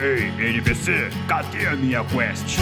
Ei, NPC, cadê a minha quest?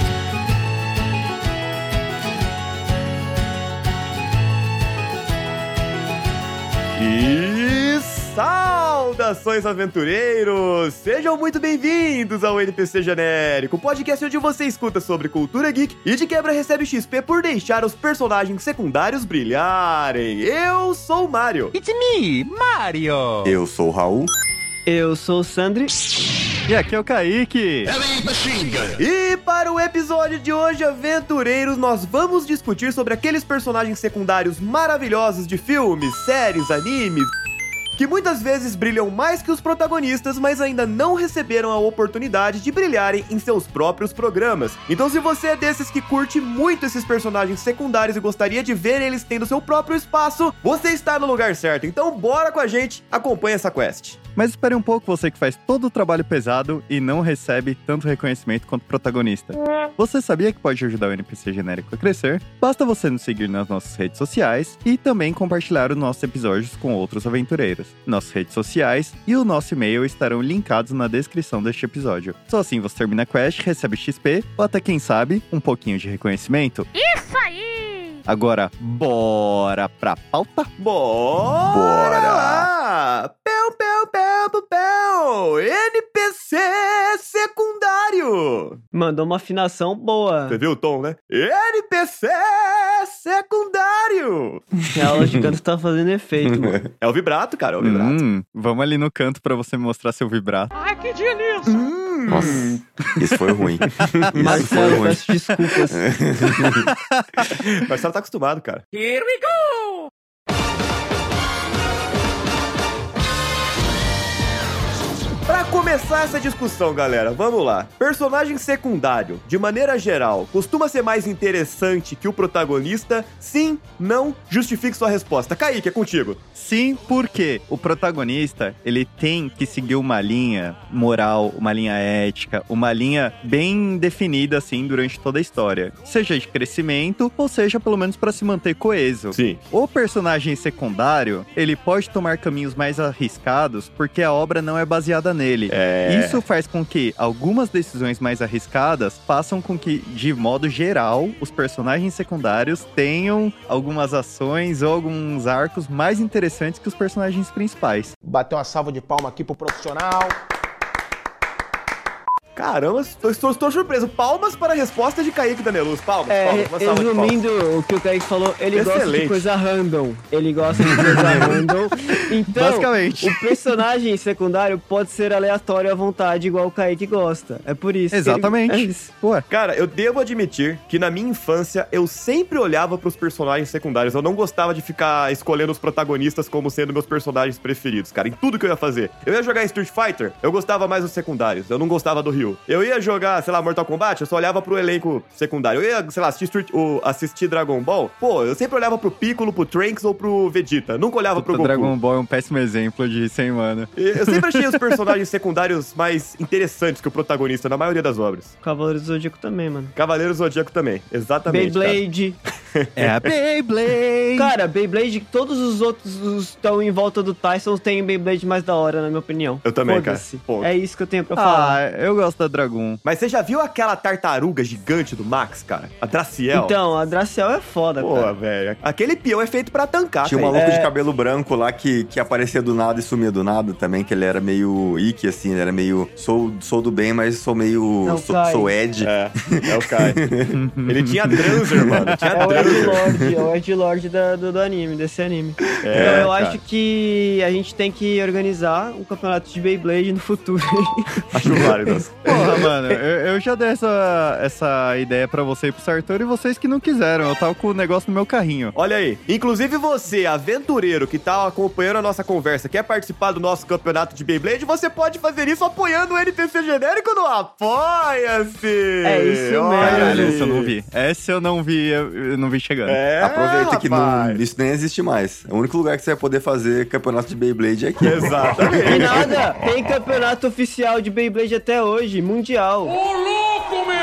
E saudações, aventureiros! Sejam muito bem-vindos ao NPC Genérico, podcast onde você escuta sobre cultura geek e de quebra recebe XP por deixar os personagens secundários brilharem. Eu sou o Mario. It's me, Mario! Eu sou o Raul. Eu sou o Sandri. E aqui é o Kaique. E para o episódio de hoje, aventureiros, nós vamos discutir sobre aqueles personagens secundários maravilhosos de filmes, séries, animes, que muitas vezes brilham mais que os protagonistas, mas ainda não receberam a oportunidade de brilharem em seus próprios programas. Então, se você é desses que curte muito esses personagens secundários e gostaria de ver eles tendo seu próprio espaço, você está no lugar certo. Então, bora com a gente, acompanha essa quest. Mas espere um pouco, você que faz todo o trabalho pesado e não recebe tanto reconhecimento quanto o protagonista. Você sabia que pode ajudar o NPC Genérico a crescer? Basta você nos seguir nas nossas redes sociais e também compartilhar os nossos episódios com outros aventureiros. Nossas redes sociais e o nosso e-mail estarão linkados na descrição deste episódio. Só assim você termina a quest, recebe XP ou até, quem sabe, um pouquinho de reconhecimento. Isso aí! Agora, bora pra pauta? Bora lá! Pel! NPC secundário! Mandou uma afinação boa. Você viu o tom, né? NPC secundário! A aula de canto tá fazendo efeito, mano. É o vibrato, cara, é o vibrato. Vamos ali no canto pra você me mostrar seu vibrato. Ai, que delícia! Nossa, isso foi ruim. Marcelo, peço desculpas. Marcelo tá acostumado, cara. Here we go! Pra começar essa discussão, galera, vamos lá. Personagem secundário, de maneira geral, costuma ser mais interessante que o protagonista? Sim, não? Justifique sua resposta. Kaique, é contigo. Sim, porque o protagonista, ele tem que seguir uma linha moral, uma linha ética, uma linha bem definida, assim, durante toda a história. Seja de crescimento, ou seja, pelo menos pra se manter coeso. Sim. O personagem secundário, ele pode tomar caminhos mais arriscados, porque a obra não é baseada nele. Isso faz com que algumas decisões mais arriscadas façam com que, de modo geral, os personagens secundários tenham algumas ações ou alguns arcos mais interessantes que os personagens principais. Bateu uma salva de palma aqui pro profissional. Caramba, estou surpreso. Palmas para a resposta de Kaique Daneluz. Palmas, uma salva de palmas. Resumindo o que o Kaique falou, ele gosta de coisa random. Ele gosta de coisa random. Então, basicamente, o personagem secundário pode ser aleatório à vontade, igual o Kaique gosta. É por isso. Exatamente. É isso. Pô, Cara, eu devo admitir que na minha infância eu sempre olhava pros personagens secundários. Eu não gostava de ficar escolhendo os protagonistas como sendo meus personagens preferidos, cara, em tudo que eu ia fazer. Eu ia jogar Street Fighter, eu gostava mais dos secundários. Eu não gostava do Ryu. Eu ia jogar, sei lá, Mortal Kombat, eu só olhava pro elenco secundário. Eu ia, sei lá, assistir Dragon Ball. Pô, eu sempre olhava pro Piccolo, pro Trunks ou pro Vegeta. Nunca olhava pro Goku. Dragon Ball é um péssimo exemplo de 100 mana. Eu sempre achei os personagens secundários mais interessantes que o protagonista na maioria das obras. Cavaleiro do Zodíaco também, mano. Cavaleiro do Zodíaco também, exatamente. Beyblade. É a Beyblade. Cara, Beyblade, todos os outros estão em volta do Tyson, tem Beyblade mais da hora, na minha opinião. Eu também, cara. Foda-se. É isso que eu tenho pra falar. Eu gosto da Dragon. Mas você já viu aquela tartaruga gigante do Max, cara? A Draciel? Então, a Draciel é foda, Pô, cara. velho. Aquele peão é feito pra tancar, Tinha um velho. maluco de cabelo branco lá que aparecia do nada e sumia do nada também, que ele era meio Ikki, assim, ele era meio... Sou do bem, mas sou meio... Sou Ed. É o Kai. Ele tinha Transer, mano. É o Ed Lord do anime, desse anime. Então, eu acho que a gente tem que organizar um campeonato de Beyblade no futuro. Acho válido. Porra, mano, eu já dei essa ideia pra você e pro Sartori e vocês que não quiseram. Eu tava com o negócio no meu carrinho. Olha aí. Inclusive você, aventureiro, que tá acompanhando a nossa conversa, quer participar do nosso campeonato de Beyblade, você pode fazer isso apoiando o NPC Genérico no Apoia-se! É isso mesmo. Caralho, essa eu não vi. Essa eu não vi chegando. Aproveita que rapaz. isso nem existe mais. O único lugar que você vai poder fazer campeonato de Beyblade é aqui. Exatamente. Tem nada, tem campeonato oficial de Beyblade até hoje, mundial. Ô, louco, meu!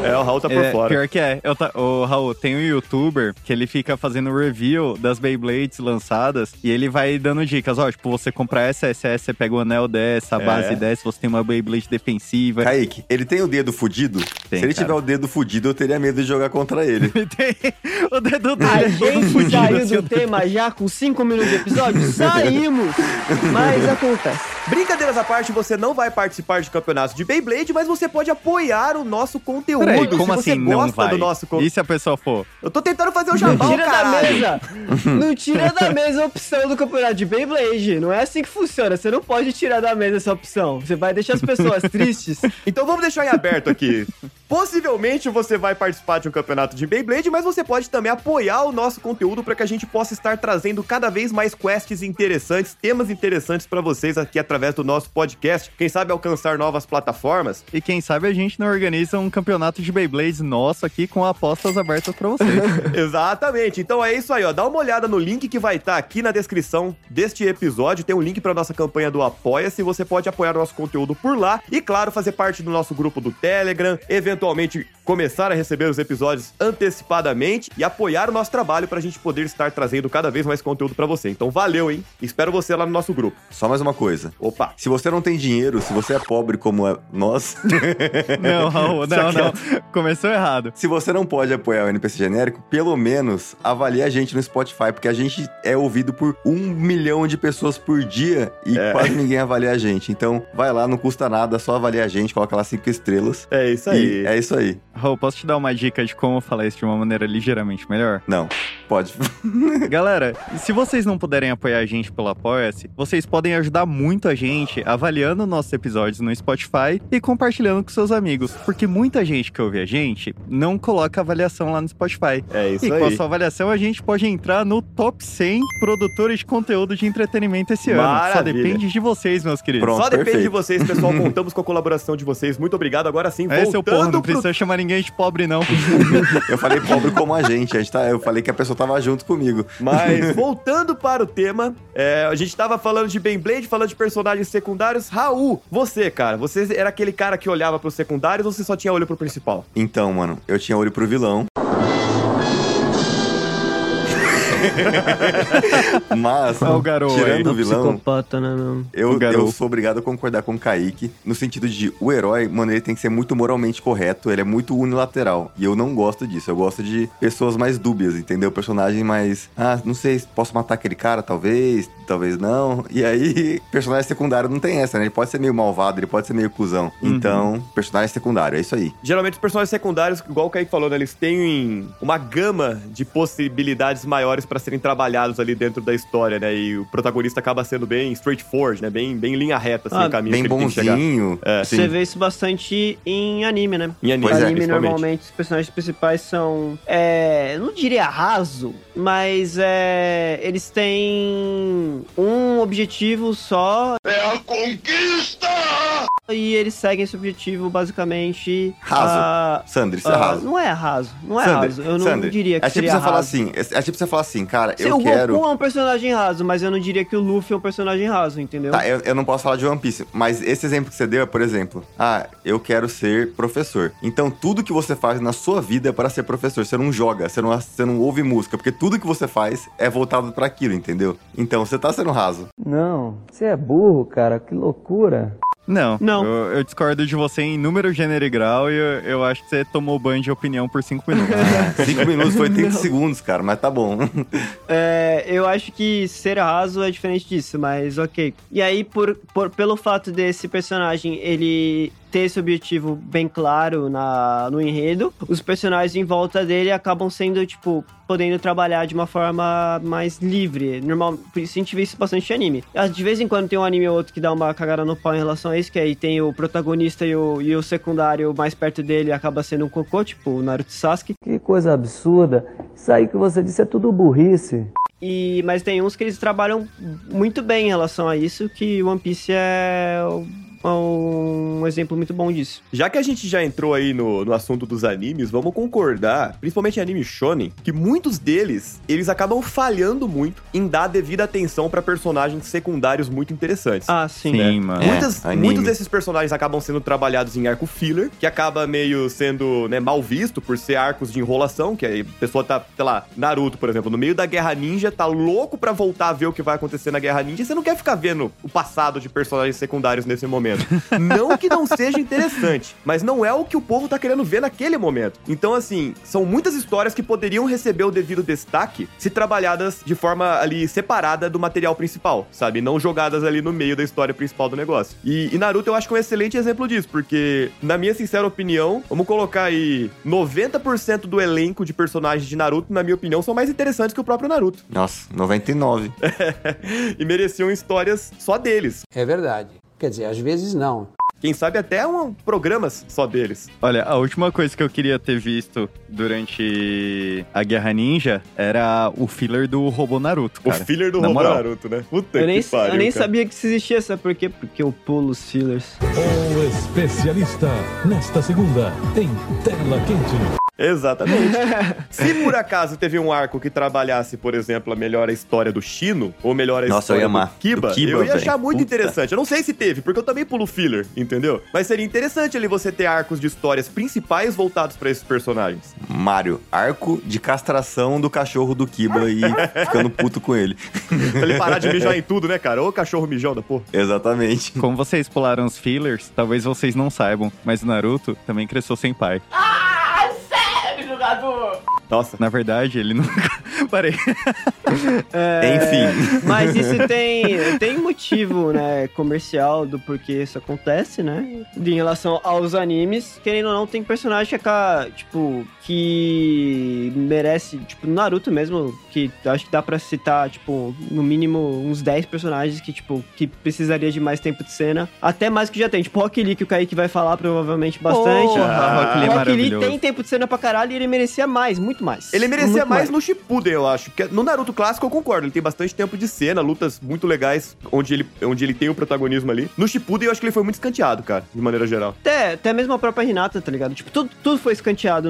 É, o Raul tá por fora. Pior que é. O Raul, tem um youtuber que ele fica fazendo review das Beyblades lançadas e ele vai dando dicas. Ó, tipo, você compra essa, você pega o anel dessa, a base dessa, você tem uma Beyblade defensiva. Kaique, ele tem o dedo fudido? Tem, Se ele cara. tiver o dedo fudido, eu teria medo de jogar contra ele. Ele tem o dedo dele A todo gente fudido, saiu assim, do tema já com 5 minutos de episódio? Saímos! Mas acontece. Brincadeiras à parte, você não vai participar de campeonatos de Beyblade, mas você pode apoiar o nosso conteúdo. Peraí, se como você assim não gosta vai? do nosso conteúdo. E se a pessoa for? Eu tô tentando fazer o jabá, Tira da caralho. mesa! Não tira da mesa a opção do campeonato de Beyblade. Não é assim que funciona. Você não pode tirar da mesa essa opção. Você vai deixar as pessoas tristes. Então vamos deixar em aberto aqui. Possivelmente você vai participar de um campeonato de Beyblade, mas você pode também apoiar o nosso conteúdo para que a gente possa estar trazendo cada vez mais quests interessantes, temas interessantes para vocês aqui através do nosso podcast. Quem sabe alcançar novas plataformas. E quem sabe a gente não organiza um campeonato de Beyblades nosso aqui com apostas abertas pra vocês. Exatamente. Então é isso aí, ó. Dá uma olhada no link que vai estar aqui na descrição deste episódio. Tem um link para nossa campanha do Apoia-se. Você pode apoiar o nosso conteúdo por lá. E, claro, fazer parte do nosso grupo do Telegram. Eventualmente, começar a receber os episódios antecipadamente. E apoiar o nosso trabalho pra gente poder estar trazendo cada vez mais conteúdo pra você. Então, valeu, hein? Espero você lá no nosso grupo. Só mais uma coisa. Opa. Se você não tem dinheiro, se você é pobre como nós... Não, Raul, não. Começou errado. Se você não pode apoiar o NPC genérico, pelo menos avalie a gente no Spotify, porque a gente é ouvido por 1 milhão de pessoas por dia e quase ninguém avalia a gente. Então, vai lá, não custa nada, só avalia a gente, coloca lá 5 estrelas. É isso aí. E é isso aí. Raul, posso te dar uma dica de como falar isso de uma maneira ligeiramente melhor? Não, pode. Galera, se vocês não puderem apoiar a gente pelo Apoia-se, vocês podem ajudar muito a gente avaliando nossos episódios no Spotify e compartilhando com seus amigos, porque muita gente que ouve a gente não coloca avaliação lá no Spotify. É isso E aí. com a sua avaliação a gente pode entrar no top 100 produtores de conteúdo de entretenimento esse ano. Só Maravilha. depende de vocês, meus queridos. Pronto. Só depende perfeito. de vocês, pessoal. Contamos com a colaboração de vocês. Muito obrigado. Agora sim, Esse é o povo, não voltando precisa chamar ninguém de pobre, não. Eu falei pobre como a gente. Eu falei que a pessoa tava junto comigo. Mas, voltando para o tema, a gente tava falando de Beyblade, falando de personagens secundários. Raul, você, cara, você era aquele cara que olhava pros secundários ou você só tinha olho pro principal? Então, mano, eu tinha olho pro vilão. Mas, Ó o garoto tirando aí. o vilão, Psicopata, né, meu? eu sou obrigado a concordar com o Kaique, no sentido de o herói, mano, ele tem que ser muito moralmente correto, ele é muito unilateral. E eu não gosto disso, eu gosto de pessoas mais dúbias, entendeu? Personagem mais, não sei, posso matar aquele cara, talvez não. E aí, personagem secundário não tem essa, né? Ele pode ser meio malvado, ele pode ser meio cuzão. Então, personagem secundário, é isso aí. Geralmente os personagens secundários, igual o Kaique falou, né, eles têm uma gama de possibilidades maiores pra serem trabalhados ali dentro da história, né? E o protagonista acaba sendo bem straightforward, né? Bem linha reta, assim, o caminho Bem que ele tem que chegar. bonzinho. Sim. Você vê isso bastante em anime, né? Em anime, Pois é, anime, principalmente. normalmente, os personagens principais são... não diria raso, mas eles têm um objetivo só. É a conquista! E eles seguem esse objetivo, basicamente... Raso. Sandro, isso é raso. Não é raso. Não é Sandro, raso. Eu não Sandro, diria que é tipo seria você falar raso. assim, é tipo você falar assim, cara, Se eu o quero... Goku é um personagem raso, mas eu não diria que o Luffy é um personagem raso, entendeu? Tá, eu não posso falar de One Piece, mas esse exemplo que você deu é, por exemplo, eu quero ser professor. Então, tudo que você faz na sua vida é para ser professor. Você não joga, você não ouve música, porque tudo que você faz é voltado para aquilo, entendeu? Então, você tá sendo raso. Não, você é burro, cara, que loucura. Não. Não. Eu discordo de você em número, gênero e grau e eu acho que você tomou banho de opinião por 5 minutos. 5 minutos foi 30 segundos, cara, mas tá bom. Eu acho que ser raso é diferente disso, mas ok. E aí, pelo fato desse personagem, ele ter esse objetivo bem claro no enredo, os personagens em volta dele acabam sendo, tipo, podendo trabalhar de uma forma mais livre. Normal, por isso a gente vê isso bastante em anime. De vez em quando tem um anime ou outro que dá uma cagada no pau em relação a isso, que aí tem o protagonista e o secundário mais perto dele acaba sendo um cocô, tipo o Naruto e Sasuke. Que coisa absurda. Isso aí que você disse é tudo burrice. Mas tem uns que eles trabalham muito bem em relação a isso, que One Piece é um exemplo muito bom disso. Já que a gente já entrou aí no assunto dos animes, vamos concordar, principalmente anime shonen, que muitos deles, eles acabam falhando muito em dar devida atenção pra personagens secundários muito interessantes. Ah, sim. Sim, mano. Muitos desses personagens acabam sendo trabalhados em arco filler, que acaba meio sendo, né, mal visto por ser arcos de enrolação, que aí a pessoa tá, sei lá, Naruto, por exemplo, no meio da Guerra Ninja, tá louco pra voltar a ver o que vai acontecer na Guerra Ninja, e você não quer ficar vendo o passado de personagens secundários nesse momento. Não que não seja interessante, mas não é o que o povo tá querendo ver naquele momento. Então, assim, são muitas histórias que poderiam receber o devido destaque se trabalhadas de forma ali separada do material principal, sabe? Não jogadas ali no meio da história principal do negócio. E Naruto eu acho que é um excelente exemplo disso, porque, na minha sincera opinião, vamos colocar aí 90% do elenco de personagens de Naruto, na minha opinião, são mais interessantes que o próprio Naruto. Nossa, 99. E mereciam histórias só deles. É verdade. Quer dizer, às vezes não. Quem sabe até programas só deles. Olha, a última coisa que eu queria ter visto durante a Guerra Ninja era o filler do robô Naruto, cara. O filler do Na robô moral. Naruto, né? Puta Eu nem, que pariu, eu nem cara. sabia que isso existia, sabe por quê? Porque eu pulo os fillers. O especialista, nesta segunda, tem Tela Quente. Exatamente. Se por acaso teve um arco que trabalhasse, por exemplo, a melhor história do Shino, ou melhor a Nossa, eu história ia amar. do Kiba, Do Kiba, eu ia achar velho. muito Puta. interessante. Eu não sei se teve, porque eu também pulo filler, entendeu? Mas seria interessante ali você ter arcos de histórias principais voltados pra esses personagens. Mário, arco de castração do cachorro do Kiba e ficando puto com ele. Pra ele parar de mijar em tudo, né, cara? Ô cachorro mijão da porra. Exatamente. Como vocês pularam os fillers, talvez vocês não saibam, mas o Naruto também cresceu sem pai. Nossa. Na verdade, ele nunca... Parei. Enfim. Mas isso tem motivo, né, comercial do porquê isso acontece, né? Em relação aos animes, querendo ou não, tem personagem que acaba, tipo, que merece, tipo, no Naruto mesmo, que acho que dá pra citar, tipo, no mínimo uns 10 personagens que, tipo, que precisaria de mais tempo de cena, até mais que já tem. Tipo, Rock Lee, que o Kaique vai falar provavelmente bastante. Porra, Rock Lee é Rock Lee maravilhoso. tem tempo de cena pra caralho e ele merecia mais, muito mais. Ele merecia Muito mais no Shippuden, eu acho. Porque no Naruto clássico eu concordo, ele tem bastante tempo de cena, lutas muito legais, onde ele tem o protagonismo ali. No Shippuden eu acho que ele foi muito escanteado, cara, de maneira geral. Até mesmo a própria Hinata, tá ligado? Tipo, tudo foi escanteado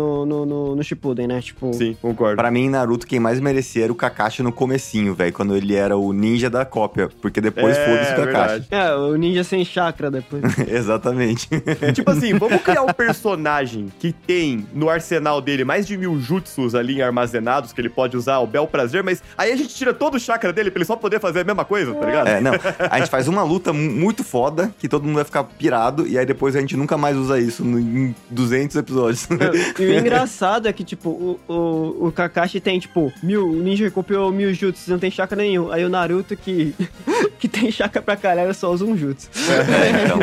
no Shippuden, né? Tipo... Sim, concordo. Pra mim, em Naruto, quem mais merecia era o Kakashi no comecinho, velho, quando ele era o ninja da cópia, porque depois foda-se o Kakashi. É, o ninja sem chakra depois. Exatamente. Tipo assim, vamos criar um personagem que tem no arsenal dele mais de 1000 jutsus ali armazenados, que ele pode usar ao bel prazer, mas aí a gente tira todo o chakra dele pra ele só poder fazer a mesma coisa, tá ligado? É, não. A gente faz uma luta muito foda, que todo mundo vai ficar pirado, e aí depois a gente nunca mais usa isso em 200 episódios. E o engraçado é que, tipo, o Kakashi tem, tipo, 1000, o ninja copiou 1000 jutsus, não tem chakra nenhum. Aí o Naruto, que tem chakra pra caralho, só usa um jutsu. Então,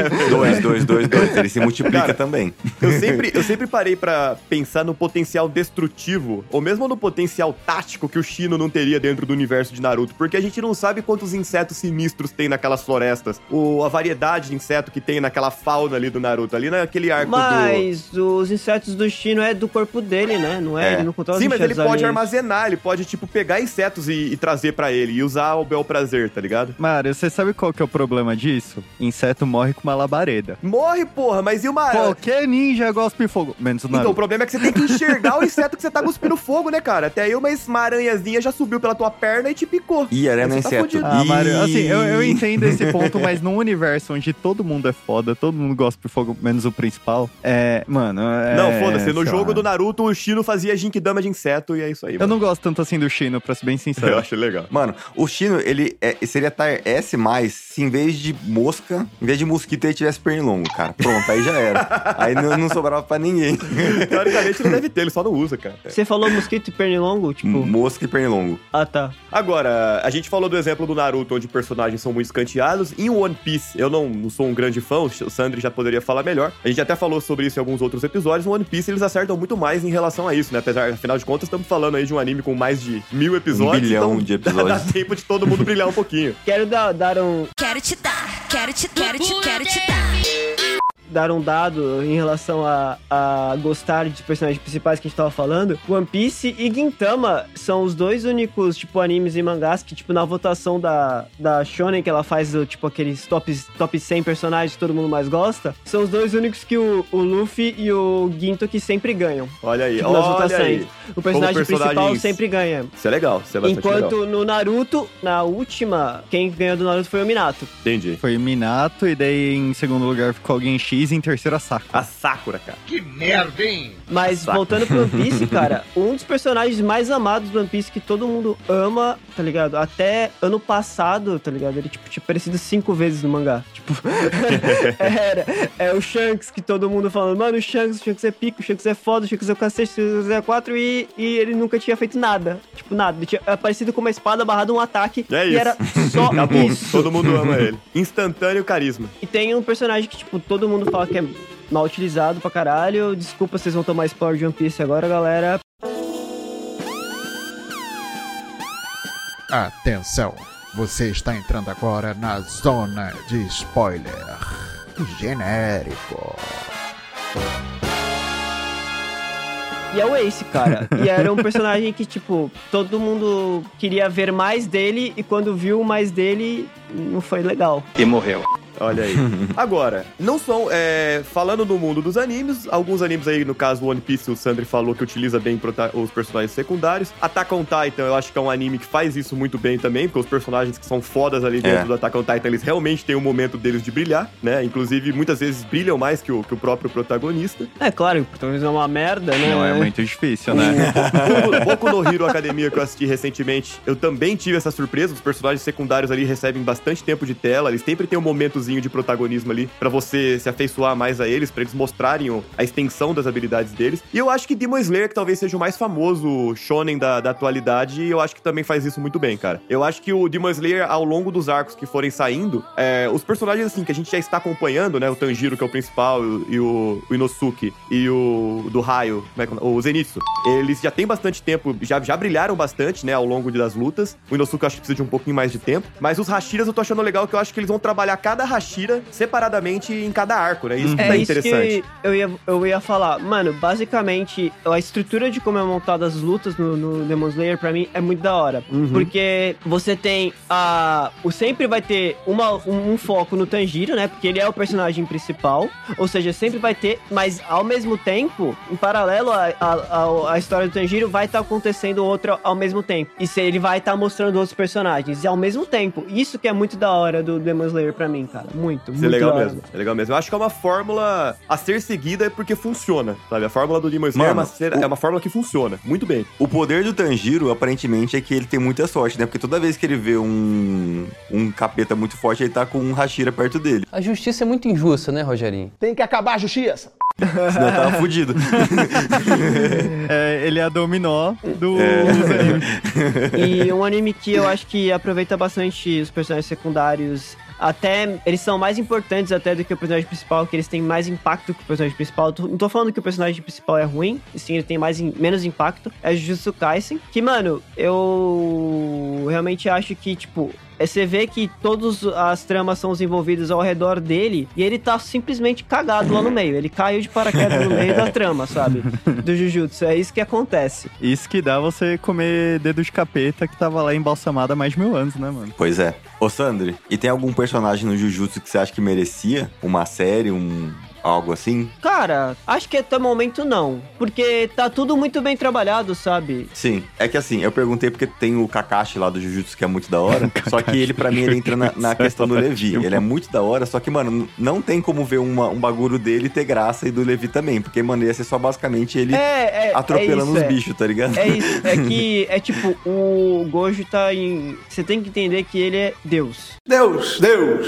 2. Ele se multiplica Cara, também. Eu sempre parei pra pensar no potencial destrutivo, ou mesmo no potencial tático que o Shino não teria dentro do universo de Naruto, porque a gente não sabe quantos insetos sinistros tem naquelas florestas, ou a variedade de inseto que tem naquela fauna ali do Naruto, ali naquele arco Mas os insetos do Shino é do corpo dele, né? Não é? Ele não controla os Sim, mas ele insetos pode alheios. armazenar, ele pode, tipo, pegar insetos e trazer pra ele, e usar ao bel prazer, tá ligado? Mário, você sabe qual que é o problema disso? Inseto morre com uma labareda. Morre, porra, mas e uma... Qualquer ninja gospe fogo, menos o Naruto. Então, o problema é que você tem que enxergar o inseto que você tá cuspindo fogo, né, cara? Até aí uma aranhazinha já subiu pela tua perna e te picou. Ih, aranha Aí não é você tá inseto. fudido. Ah, Mário, assim, eu entendo esse ponto, mas num universo onde todo mundo é foda, todo mundo gosta de fogo, menos o principal, mano... Não, foda-se, no sei jogo lá. do Naruto, o Shino fazia Genkidama de inseto e é isso aí, Eu mano. não gosto tanto assim do Shino, pra ser bem Eu sincero. acho legal. Mano, o Shino, ele seria tar S+, se em vez de mosca, em vez de mosquito, ele tivesse pernilongo, cara. Pronto, aí já era. Aí não sobrava pra ninguém. Teoricamente ele deve ter, ele só não usa, cara. Você falou mosquito e pernilongo? Tipo... Mosca e pernilongo. Ah, tá. Agora, a gente falou do exemplo do Naruto, onde personagens são muito escanteados. Em One Piece, eu não sou um grande fã, o Sandri já poderia falar melhor. A gente até falou sobre isso em alguns outros episódios. No One Piece, eles acertam muito mais em relação a isso, né? Apesar, afinal de contas, estamos falando aí de um anime com mais de 1000 episódios. 1 bilhão então de episódios. Dá tempo de todo mundo brilhar um pouquinho. Quero dar um... Quero te dar, quero te dar. dar um dado em relação a gostar de personagens principais que a gente tava falando, One Piece e Gintama são os dois únicos, tipo, animes e mangás que, tipo, na votação da Shonen, que ela faz, tipo, aqueles top 100 personagens que todo mundo mais gosta, são os dois únicos que o Luffy e o Ginto que sempre ganham. Olha aí, tipo, nas olha votações. aí. O personagem principal sempre ganha. Isso é legal, isso é bastante Enquanto legal. no Naruto, na última, quem ganhou do Naruto foi o Minato. Entendi. Foi o Minato, e daí em segundo lugar ficou alguém X, e em terceiro a Sakura. A Sakura, cara. Que merda, hein? Mas voltando pro One Piece, cara, um dos personagens mais amados do One Piece que todo mundo ama, tá ligado? Até ano passado, tá ligado? Ele, tipo, tinha aparecido 5 vezes no mangá. Tipo, é o Shanks, que todo mundo falando, mano, o Shanks é pico, o Shanks é foda, o Shanks é o cacete, o Shanks é 4, e ele nunca tinha feito nada. Tipo, nada. Ele tinha aparecido com uma espada barrado um ataque, e era só Acabou. isso. Todo mundo ama ele. Instantâneo carisma. E tem um personagem que, tipo, todo mundo fala que é mal utilizado pra caralho. Desculpa, vocês vão tomar spoiler de One Piece agora, galera. Atenção, você está entrando agora na zona de spoiler genérico. E é o Ace, cara. E era um personagem que, tipo, todo mundo queria ver mais dele, e quando viu mais dele, não foi legal. E morreu. Olha aí. Agora, não são... falando do mundo dos animes, alguns animes aí, no caso One Piece, o Sandri falou que utiliza bem os personagens secundários. Attack on Titan, eu acho que é um anime que faz isso muito bem também, porque os personagens que são fodas ali dentro do Attack on Titan, eles realmente têm um momento deles de brilhar, né? Inclusive, muitas vezes brilham mais que o próprio protagonista. É claro, o protagonista é uma merda, né? Não, é muito difícil, né? Boku no Hero Academia, que eu assisti recentemente, eu também tive essa surpresa. Os personagens secundários ali recebem bastante tempo de tela, eles sempre têm um momentozinho de protagonismo ali pra você se afeiçoar mais a eles, pra eles mostrarem a extensão das habilidades deles. E eu acho que Demon Slayer, que talvez seja o mais famoso shonen da atualidade, eu acho que também faz isso muito bem, cara. Eu acho que o Demon Slayer, ao longo dos arcos que forem saindo, os personagens, assim, que a gente já está acompanhando, né, o Tanjiro, que é o principal, e o Inosuke, e o do raio, o Zenitsu, eles já têm bastante tempo, já brilharam bastante, né, ao longo das lutas. O Inosuke eu acho que precisa de um pouquinho mais de tempo, mas os Hashiras eu tô achando legal, que eu acho que eles vão trabalhar cada Hashira separadamente em cada arco, né? Isso que tá interessante. Que eu ia falar. Mano, basicamente, a estrutura de como é montada as lutas no Demon Slayer, pra mim, é muito da hora. Porque você tem sempre vai ter um foco no Tanjiro, né? Porque ele é o personagem principal. Ou seja, sempre vai ter, mas ao mesmo tempo, em paralelo à história do Tanjiro, vai estar acontecendo outra ao mesmo tempo. E ele vai estar mostrando outros personagens. E ao mesmo tempo, isso que é muito da hora do Demon Slayer pra mim, cara. Muito, isso é legal mesmo. É legal mesmo. Eu acho que é uma fórmula a ser seguida porque funciona, sabe? A fórmula do Demon Slayer é uma fórmula que funciona muito bem. O poder do Tanjiro, aparentemente, é que ele tem muita sorte, né? Porque toda vez que ele vê um capeta muito forte, ele tá com um Hashira perto dele. A justiça é muito injusta, né, Rogerinho? Tem que acabar a justiça. Senão eu tava fudido. Ele é a dominó do anime. E um anime que eu acho que aproveita bastante os personagens secundários. Até, eles são mais importantes até do que o personagem principal, que eles têm mais impacto que o personagem principal. Não tô falando que o personagem principal é ruim, sim, ele tem menos impacto. É Jujutsu Kaisen, que, mano, eu realmente acho que, tipo, você vê que todas as tramas são desenvolvidas ao redor dele e ele tá simplesmente cagado lá no meio. Ele caiu de paraquedas no meio da trama, sabe? Do Jujutsu. É isso que acontece. Isso que dá você comer dedo de capeta que tava lá embalsamado há mais de 1000 anos, né, mano? Pois é. Ô, Sandri, e tem algum personagem no Jujutsu que você acha que merecia uma série, algo assim? Cara, acho que até o momento não. Porque tá tudo muito bem trabalhado, sabe? Sim. É que assim, eu perguntei porque tem o Kakashi lá do Jujutsu que é muito da hora. Só que ele, pra mim, ele entra na questão do Levi. Ele é muito da hora, só que, mano, não tem como ver um bagulho dele ter graça e do Levi também. Porque, mano, ia ser só basicamente ele atropelando os bichos, tá ligado? É isso. É que, tipo, o Gojo tá em... Você tem que entender que ele é Deus. Deus!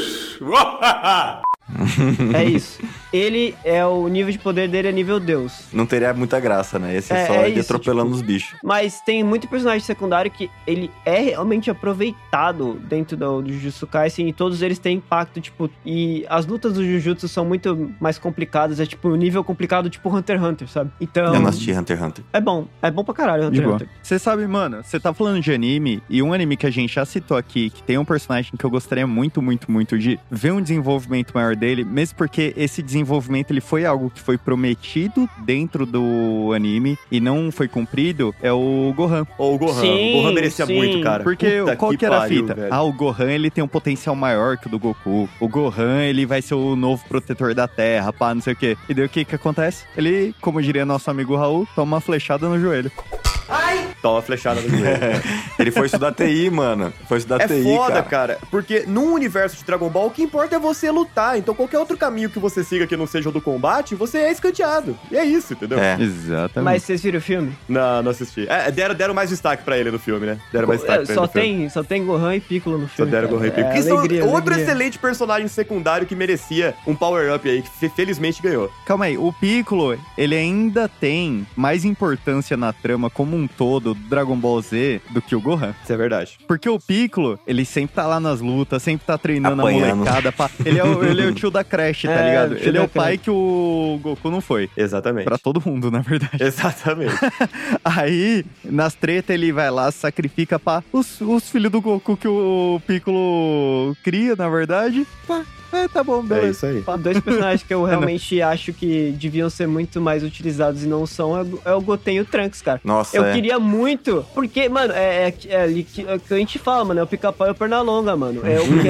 É isso. Ele o nível de poder dele é nível Deus. Não teria muita graça, né? Esse é só ele atropelando os bichos. Mas tem muito personagem secundário que ele é realmente aproveitado dentro do Jujutsu Kaisen e todos eles têm impacto, tipo... E as lutas do Jujutsu são muito mais complicadas, é tipo um nível complicado, tipo Hunter x Hunter, sabe? Então... Eu não assisti Hunter x Hunter. É bom pra caralho Hunter x Hunter. Você sabe, mano, você tá falando de anime e um anime que a gente já citou aqui, que tem um personagem que eu gostaria muito, muito, muito de ver um desenvolvimento maior dele, mesmo porque esse desenvolvimento desenvolvimento ele foi algo que foi prometido dentro do anime e não foi cumprido, é o Gohan. Ou o Gohan. O Gohan merecia muito, cara. Porque Puta qual que era a fita? velho. O Gohan, ele tem um potencial maior que o do Goku. O Gohan, ele vai ser o novo protetor da Terra, pá, não sei o quê. E daí o que acontece? Ele, como diria nosso amigo Raul, toma uma flechada no joelho. Toma uma flechada no joelho. Ele foi estudar TI, mano. Foi estudar TI, É foda, cara. Porque num universo de Dragon Ball, o que importa é você lutar. Então qualquer outro caminho que você siga que não seja o do combate, você é escanteado. E é isso, entendeu? Exatamente. Mas vocês viram o filme? Não assisti. Deram mais destaque pra ele no filme, né? Deram mais destaque pra ele no filme. Só tem Gohan e Piccolo no filme. Só deram Gohan e Piccolo. Que alegria, são outro alegria. excelente personagem secundário que merecia um power-up aí, que felizmente ganhou. Calma aí, o Piccolo, ele ainda tem mais importância na trama como um todo do Dragon Ball Z do que o Gohan. Isso é verdade. Porque o Piccolo, ele sempre tá lá nas lutas, sempre tá treinando Apanhando. a molecada. Ele é o tio da Crash, tá ligado? Ele é o pai que o Goku não foi. Exatamente. Pra todo mundo, na verdade. Exatamente. Aí, nas tretas, ele vai lá, sacrifica os filhos do Goku que o Piccolo cria, na verdade. Pá, tá bom, beleza. É isso aí. Dois personagens que eu realmente acho que deviam ser muito mais utilizados e não são é o Goten e o Trunks, cara. Nossa, eu queria muito, porque, mano, é que a gente fala, mano, é o pica-pau e o Pernalonga, mano.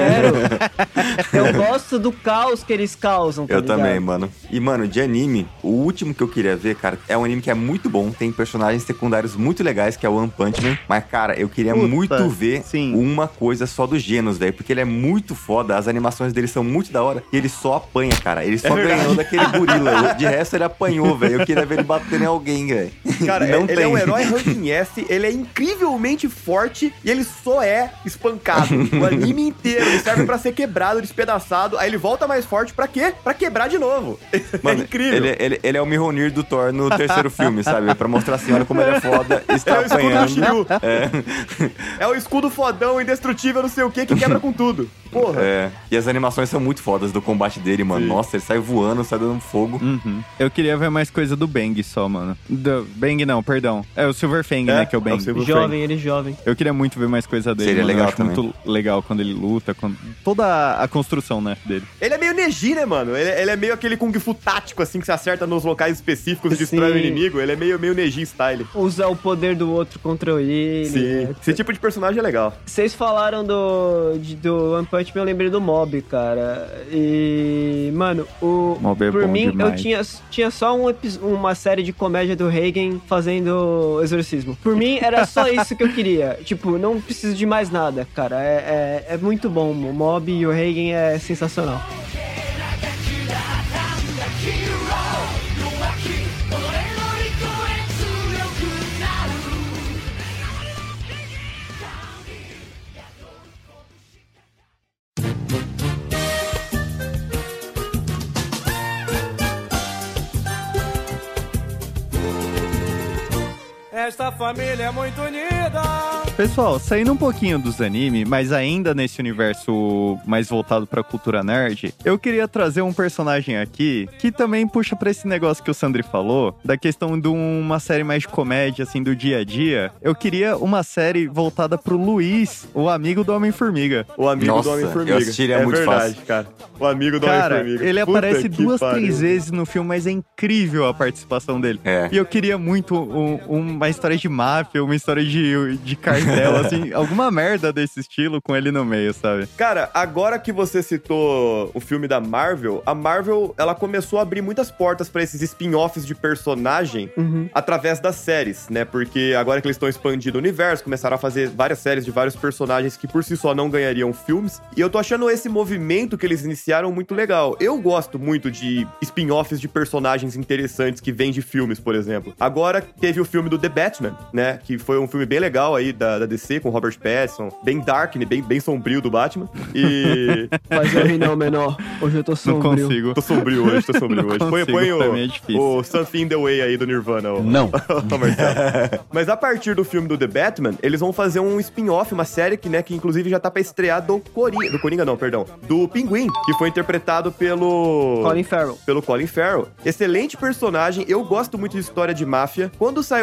Eu gosto do caos que eles causam, tá Eu ligado? também, mano. E, mano, de anime, o último que eu queria ver, cara, é um anime que é muito bom, tem personagens secundários muito legais, que é o One Punch Man. Mas, cara, eu queria muito ver uma coisa só do Genos, velho, porque ele é muito foda, as animações dele são muito da hora, e ele só apanha, cara. Ele só ganhou daquele gorila. De resto, ele apanhou, velho. Eu queria ver ele batendo em alguém, velho. Cara, ele é um herói ranking S, ele é incrivelmente forte e ele só é espancado. O anime inteiro, ele serve pra ser quebrado, despedaçado, aí ele volta mais forte pra quê? Pra quebrar de novo. Mano, é incrível. Ele é o Mjolnir do Thor no terceiro filme, sabe? Pra mostrar assim, olha como ele é foda, está É o escudo apanhando. do Shiryu. É o escudo fodão, indestrutível, não sei o que quebra com tudo. Porra. E as animações são muito fodas do combate dele, mano. Sim. Nossa, ele sai voando, sai dando fogo. Eu queria ver mais coisa do Bang só, mano. Bang não, perdão. É o Silver Fang, né, que é o Bang. Ele é jovem. Eu queria muito ver mais coisa dele. Seria mano. legal Eu acho também. muito legal quando ele luta, toda a construção, né, dele. Ele é meio Neji, né, mano? Ele é meio aquele Kung Fu tático, assim, que você acerta nos locais específicos e destrói o inimigo. Ele é meio Neji style. Usar o poder do outro contra ele. Sim. Esse tipo de personagem é legal. Vocês falaram do One Punch Man, eu lembrei do Mob, cara. E, mano, Mob é por bom mim, demais. eu tinha só uma série de comédia do Reigen fazendo exorcismo. Por mim, era só isso que eu queria. Tipo, não preciso de mais nada, cara. É muito bom. O Mob e o Reigen é sensacional. Esta família é muito unida. Pessoal, saindo um pouquinho dos anime, mas ainda nesse universo mais voltado pra cultura nerd, eu queria trazer um personagem aqui que também puxa pra esse negócio que o Sandri falou, da questão de uma série mais de comédia, assim, do dia a dia. Eu queria uma série voltada pro Luiz, o amigo do Homem-Formiga. O amigo do Homem-Formiga. Eu assistiria muito verdade, fácil. cara. O amigo do Cara, Homem-Formiga. ele Puta aparece que 2, pariu. 3 vezes no filme, mas é incrível a participação dele. E eu queria muito uma história de máfia, uma história de cartel, assim, alguma merda desse estilo com ele no meio, sabe? Cara, agora que você citou o filme da Marvel, a Marvel, ela começou a abrir muitas portas pra esses spin-offs de personagem através das séries, né? Porque agora que eles estão expandindo o universo, começaram a fazer várias séries de vários personagens que por si só não ganhariam filmes. E eu tô achando esse movimento que eles iniciaram muito legal. Eu gosto muito de spin-offs de personagens interessantes que vêm de filmes, por exemplo. Agora teve o filme do The Batman, né? Que foi um filme bem legal aí da DC, com Robert Pattinson. Bem dark, né? Bem sombrio do Batman. E... Mas eu ri não, menor. Hoje eu tô sombrio. Não consigo. Tô sombrio hoje. Põe o Something in the Way aí do Nirvana. Não. Mas a partir do filme do The Batman, eles vão fazer um spin-off, uma série que, né, que inclusive já tá pra estrear do Pinguim, que foi interpretado pelo Colin Farrell. Excelente personagem. Eu gosto muito de história de máfia. Quando saiu essa notícia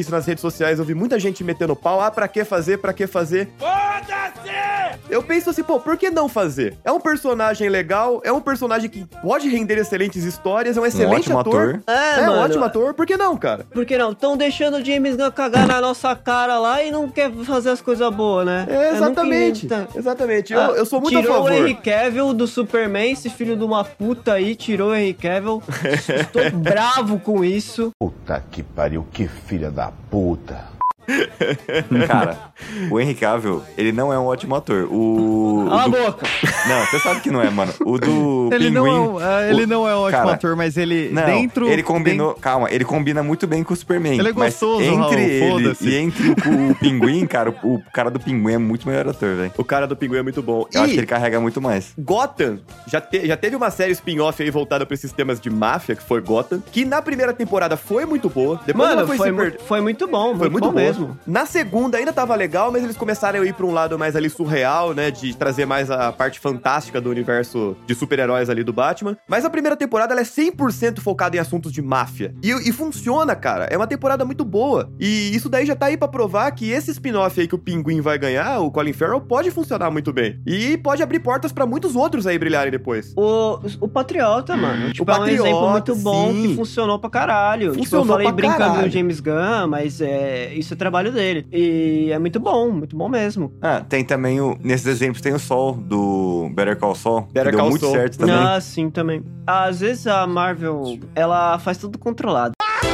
isso nas redes sociais, eu vi muita gente metendo pau. Ah, pra que fazer? Foda-se! Eu penso assim, pô, por que não fazer? É um personagem legal, é um personagem que pode render excelentes histórias, é um excelente ator. É um ótimo ator, por que não, cara? Por que não? Estão deixando o James Gunn cagar na nossa cara lá e não quer fazer as coisas boas, né? Exatamente. Exatamente. Eu sou muito a favor. Tirou o Henry Cavill do Superman, esse filho de uma puta aí, tirou o Henry Cavill. Estou bravo com isso. Puta que pariu, que filha da puta. Cara, o Henry Cavill, ele não é um ótimo ator. Cala a boca! Não, você sabe que não é, mano. O do ele Pinguim... ele não é um ótimo ator, mas ele dentro... Ele combinou... Calma, ele combina muito bem com o Superman. Ele é gostoso, mas entre ele foda-se. e entre o Pinguim, cara, o cara do Pinguim é muito melhor ator, velho. O cara do Pinguim é muito bom. Eu acho que ele carrega muito mais. Gotham, já teve uma série spin-off aí voltada pra esses temas de máfia, que foi Gotham, que na primeira temporada foi muito boa. Depois Mano, ela foi muito bom. Foi muito bom boa mesmo. Na segunda ainda tava legal, mas eles começaram a ir pra um lado mais ali surreal, né? De trazer mais a parte fantástica do universo de super-heróis ali do Batman. Mas a primeira temporada, ela é 100% focada em assuntos de máfia. E funciona, cara. É uma temporada muito boa. E isso daí já tá aí pra provar que esse spin-off aí que o Pinguim vai ganhar, o Colin Farrell, pode funcionar muito bem. E pode abrir portas pra muitos outros aí brilharem depois. O Patriota, mano. Tipo, Patriota, é um exemplo muito bom sim. que funcionou pra caralho. Funcionou tipo, eu falei pra brincando caralho. no James Gunn, mas isso é trabalho dele. E é muito bom mesmo. Ah, tem também nesses exemplos tem o Sol, do Better Call Saul, Better que deu Call muito Saul. certo também. Ah, sim, também. Às vezes a Marvel, ela faz tudo controlado.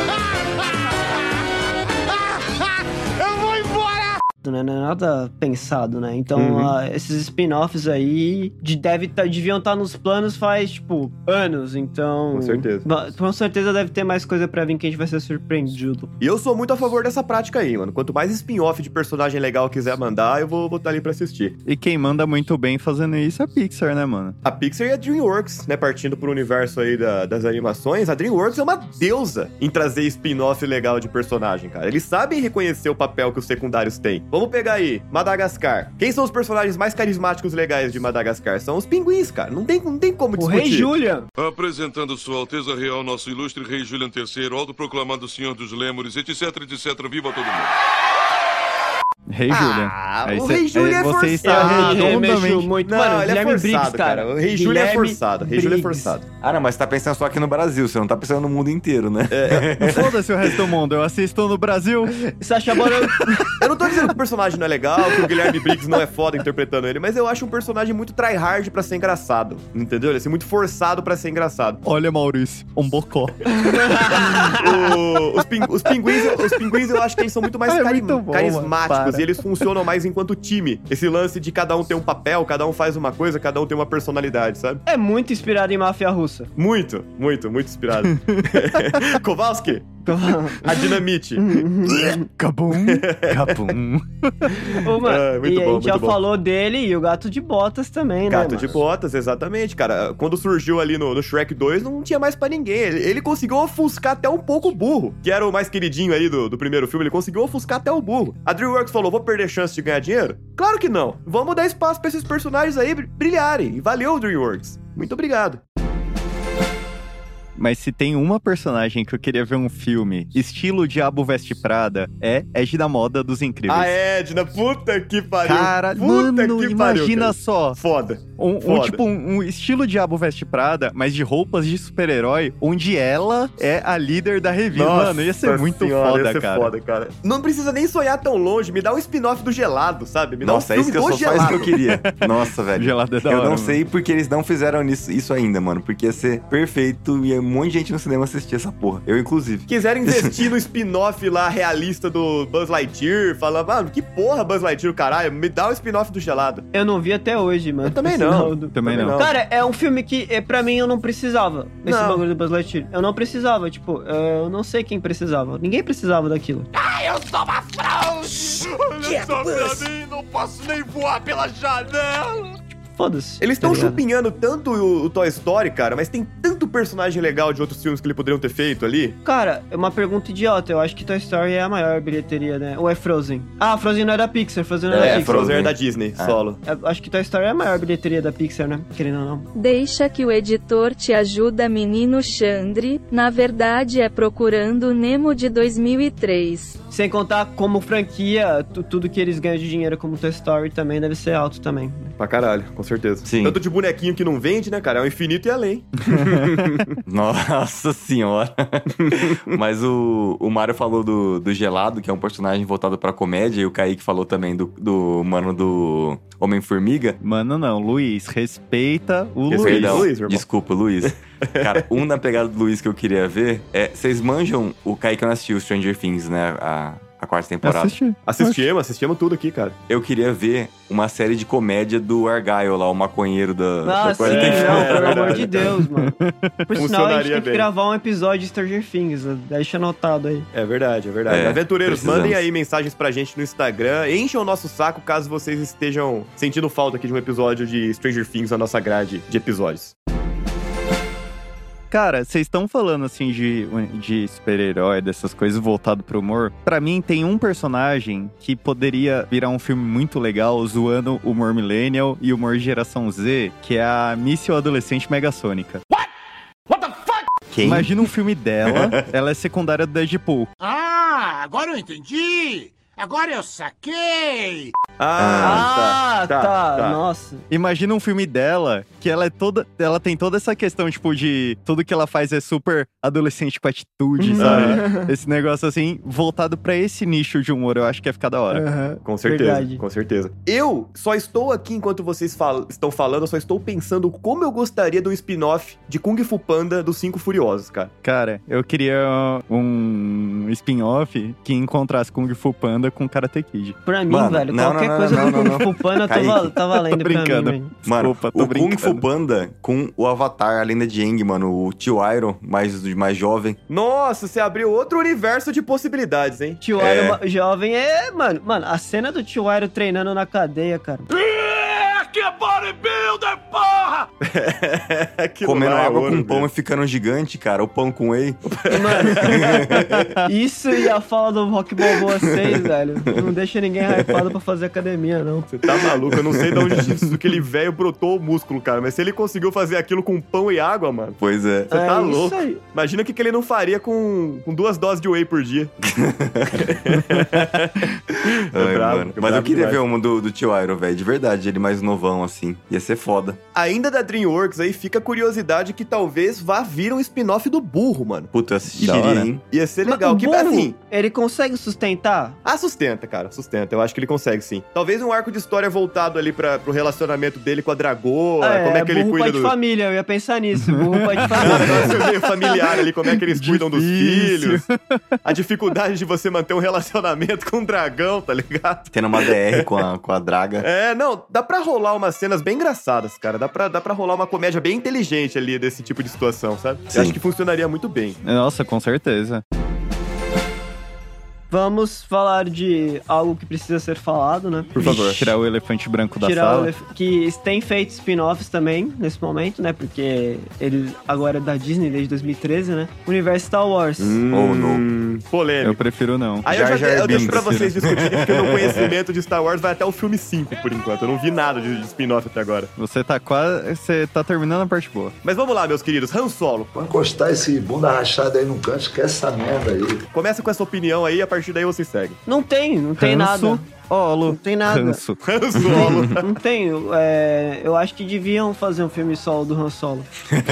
Não é nada pensado, né? Então, esses spin-offs aí deviam estar nos planos faz, tipo, anos. Então... Com certeza. Com certeza deve ter mais coisa pra vir que a gente vai ser surpreendido. E eu sou muito a favor dessa prática aí, mano. Quanto mais spin-off de personagem legal quiser mandar, eu vou estar ali pra assistir. E quem manda muito bem fazendo isso é a Pixar, né, mano? A Pixar e a DreamWorks, né? Partindo pro universo aí das animações, a DreamWorks é uma deusa em trazer spin-off legal de personagem, cara. Eles sabem reconhecer o papel que os secundários têm. Vamos pegar aí, Madagascar. Quem são os personagens mais carismáticos legais de Madagascar? São os pinguins, cara. Não tem como discutir. O Rei Julian. Apresentando Sua Alteza Real, nosso ilustre Rei Julian III, autoproclamado Senhor dos Lêmures, etc, etc. Viva todo mundo! Rei Julian. O Rei Julian é você forçado. está redondamente... muito. Não, Mano, ele é Guilherme forçado, Briggs, cara. O Rei Julian é forçado. Rei Julian é Briggs. forçado. Ah, não, mas você tá pensando só aqui no Brasil, você não tá pensando no mundo inteiro, né? Foda-se o resto do mundo, eu assisto no Brasil. Sacha Baron... Eu não tô dizendo que o personagem não é legal, que o Guilherme Briggs não é foda interpretando ele, mas eu acho um personagem muito tryhard pra ser engraçado, entendeu? Ele é assim, muito forçado pra ser engraçado. Olha, Maurício, um bocó. Os pinguins eu acho que eles são muito mais muito bom, carismáticos mano, e eles funcionam mais enquanto time. Esse lance de cada um ter um papel, cada um faz uma coisa, cada um tem uma personalidade, sabe? É muito inspirado em máfia russa. Muito inspirado. Kowalski, a Dinamite. Cabum, cabum. Ô, mano, muito e bom, a gente já muito bom. falou dele e o Gato de Botas também, né, Gato mano? de Botas, exatamente, cara. Quando surgiu ali no Shrek 2, não tinha mais pra ninguém. Ele conseguiu ofuscar até um pouco o burro, que era o mais queridinho aí do primeiro filme. Ele conseguiu ofuscar até o burro. A DreamWorks falou, vou perder chance de ganhar dinheiro? Claro que não. Vamos dar espaço pra esses personagens aí brilharem. E valeu, DreamWorks. Muito obrigado. Mas se tem uma personagem que eu queria ver um filme estilo Diabo Veste Prada, é Edna Moda dos Incríveis. A Edna, puta que pariu. Cara, puta mano, que imagina pariu, cara. só. Foda. Um estilo Diabo Veste Prada, mas de roupas de super-herói, onde ela é a líder da revista. Nossa, mano, ia ser muito senhora, foda, ia ser cara. foda, cara. Não precisa nem sonhar tão longe. Me dá um spin-off do Gelado, sabe? Me dá Nossa, um é isso filme que eu do só faz Gelado. que eu queria. Nossa, velho. Gelado é da eu hora, não mano. sei porque eles não fizeram isso ainda, mano. Porque ia ser perfeito e um monte de gente no cinema assistir essa porra. Eu, inclusive. Quiseram investir no spin-off lá realista do Buzz Lightyear, fala, mano, que porra Buzz Lightyear, caralho, me dá o spin-off do Gelado. Eu não vi até hoje, mano. Eu também não. Também não. Cara, é um filme que, pra mim, eu não precisava. Esse Não. bagulho do Buzz Lightyear. Eu não precisava, tipo, eu não sei quem precisava. Ninguém precisava daquilo. Eu sou uma fraude! Olha só pra mim, não posso nem voar pela janela! foda-se. Eles estão tá ligado? chupinhando tanto o Toy Story, cara, mas tem tanto personagem legal de outros filmes que eles poderiam ter feito ali. Cara, é uma pergunta idiota. Eu acho que Toy Story é a maior bilheteria, né? Ou é Frozen? Ah, Frozen não é da Pixar. Frozen não é da Pixar. Frozen é da Disney, solo. Eu acho que Toy Story é a maior bilheteria da Pixar, né? Querendo ou não. Deixa que o editor te ajuda, menino Xandre. Na verdade é Procurando Nemo de 2003. Sem contar como franquia, tudo que eles ganham de dinheiro como Toy Story também deve ser alto também. Pra caralho, com certeza. Sim. Tanto de bonequinho que não vende, né, cara? É o infinito e além. Nossa senhora. Mas o Mário falou do Gelado, que é um personagem voltado pra comédia, e o Kaique falou também do mano do Homem-Formiga. Mano, não, Luiz, respeita o Luiz. Perdão, Luiz, irmão. desculpa, Luiz. Cara, na pegada do Luiz que eu queria ver é... Vocês manjam... O Kaique não assistiu Stranger Things, né? A quarta temporada. Assistimos tudo aqui, cara. Eu queria ver uma série de comédia do Argyle lá, o maconheiro da sim, quarta temporada. não, pelo amor de Deus, mano. Por sinal, a gente tem que bem. gravar um episódio de Stranger Things, né? Deixa anotado aí. É verdade, é verdade. Aventureiros, mandem aí mensagens pra gente no Instagram, enchem o nosso saco caso vocês estejam sentindo falta aqui de um episódio de Stranger Things na nossa grade de episódios. Cara, vocês estão falando assim de super-herói, dessas coisas voltado pro humor. Pra mim, tem um personagem que poderia virar um filme muito legal, zoando o humor millennial e o humor geração Z, que é a míssil adolescente Megasônica. What the fuck? Quem? Imagina um filme dela, ela é secundária do Deadpool. Ah, agora eu entendi! Agora eu saquei! Tá. Nossa. Imagina um filme dela, que ela tem toda essa questão, tipo, de tudo que ela faz é super adolescente com atitude, sabe? Esse negócio, assim, voltado pra esse nicho de humor, eu acho que ia ficar da hora. Com certeza, Verdade. com certeza. Eu só estou aqui, enquanto vocês estão falando, eu só estou pensando como eu gostaria do spin-off de Kung Fu Panda dos Cinco Furiosos, cara. Cara, eu queria um spin-off que encontrasse Kung Fu Panda com Karate Kid. Pra mim, Mano, velho, não, qualquer não, coisa não, do não, Kung Fu Panda Kaique. tá valendo Tô pra mim, brincando. velho. Mano, Desculpa, tô o Kung Fu brincando. Panda com o Avatar, a lenda de Aang, mano, o Tio Iroh, mais jovem. Nossa, você abriu outro universo de possibilidades, hein? Tio Iroh jovem é... Mano, a cena do Tio Iroh treinando na cadeia, cara. Que é bodybuilder, porra! Comendo lá é água ouro, com pão velho. e ficando gigante, cara. O pão com whey. Mano, isso e a fala do Rock Balboa 6, velho. Não deixa ninguém hypado pra fazer academia, não. Você tá maluco? Eu não sei de onde aquele velho brotou o músculo, cara. Mas se ele conseguiu fazer aquilo com pão e água, mano... Pois é. Você tá isso louco. aí. Imagina o que ele não faria com 2 doses de whey por dia. Ai, bravo, mano. é Mas eu bravo queria demais. ver uma do Tio Iroh, velho. De verdade, ele mais novão, assim. Ia ser foda. Ainda da DreamWorks aí fica a curiosidade que talvez vá vir um spin-off do Burro, mano. Puta, eu assistiria, hein? Ia ser legal. Mas o Que, burro, assim, ele consegue sustentar? sustenta, cara. Sustenta. Eu acho que ele consegue, sim. Talvez um arco de história voltado ali pro relacionamento dele com a Dragoa. Como é que ele burro cuida pai de família, eu ia pensar nisso. Burro pai de Um família. negócio meio familiar ali, como é que eles cuidam dos Difícil. filhos. A dificuldade de você manter um relacionamento com um dragão, tá ligado? Tendo uma DR com a draga. É, não, dá pra rolar umas cenas bem engraçadas, cara. Dá pra rolar uma comédia bem inteligente ali desse tipo de situação, sabe? Sim. Eu acho que funcionaria muito bem. Nossa, com certeza. Vamos falar de algo que precisa ser falado, né? Por favor. Tirar o elefante branco da Tirar sala. que tem feito spin-offs também, nesse momento, né? Porque ele agora é da Disney desde 2013, né? Universo Star Wars. Ou não. Polêmico. Eu prefiro não. Aí Jar Jar eu deixo pra Binks. vocês discutirem, porque o meu conhecimento de Star Wars vai até o filme 5, por enquanto. Eu não vi nada de spin-off até agora. Você tá terminando a parte boa. Mas vamos lá, meus queridos. Han Solo. Vou encostar esse bunda rachada aí no canto, esquece essa merda aí. Começa com essa opinião aí, a partir daí vocês seguem. Não tem nada. Olo. Não tem nada. Ranço. Han Solo. Não tem. Eu acho que deviam fazer um filme solo do Han Solo.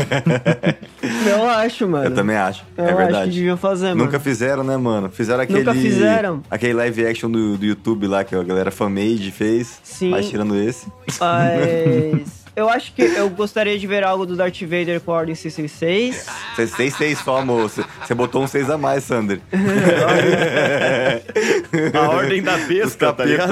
Eu acho, mano. Eu também acho. Eu É acho verdade. que deviam fazer, mano. Nunca fizeram, né, mano? Fizeram aquele... Nunca fizeram. Aquele live action do YouTube lá, que a galera fan-made fez. Sim. Mas tirando esse... Mas... Eu acho que eu gostaria de ver algo do Darth Vader com a Ordem 666. 6 só, amor. Você botou um 6 a mais, Sander. A ordem da besta, tá ligado?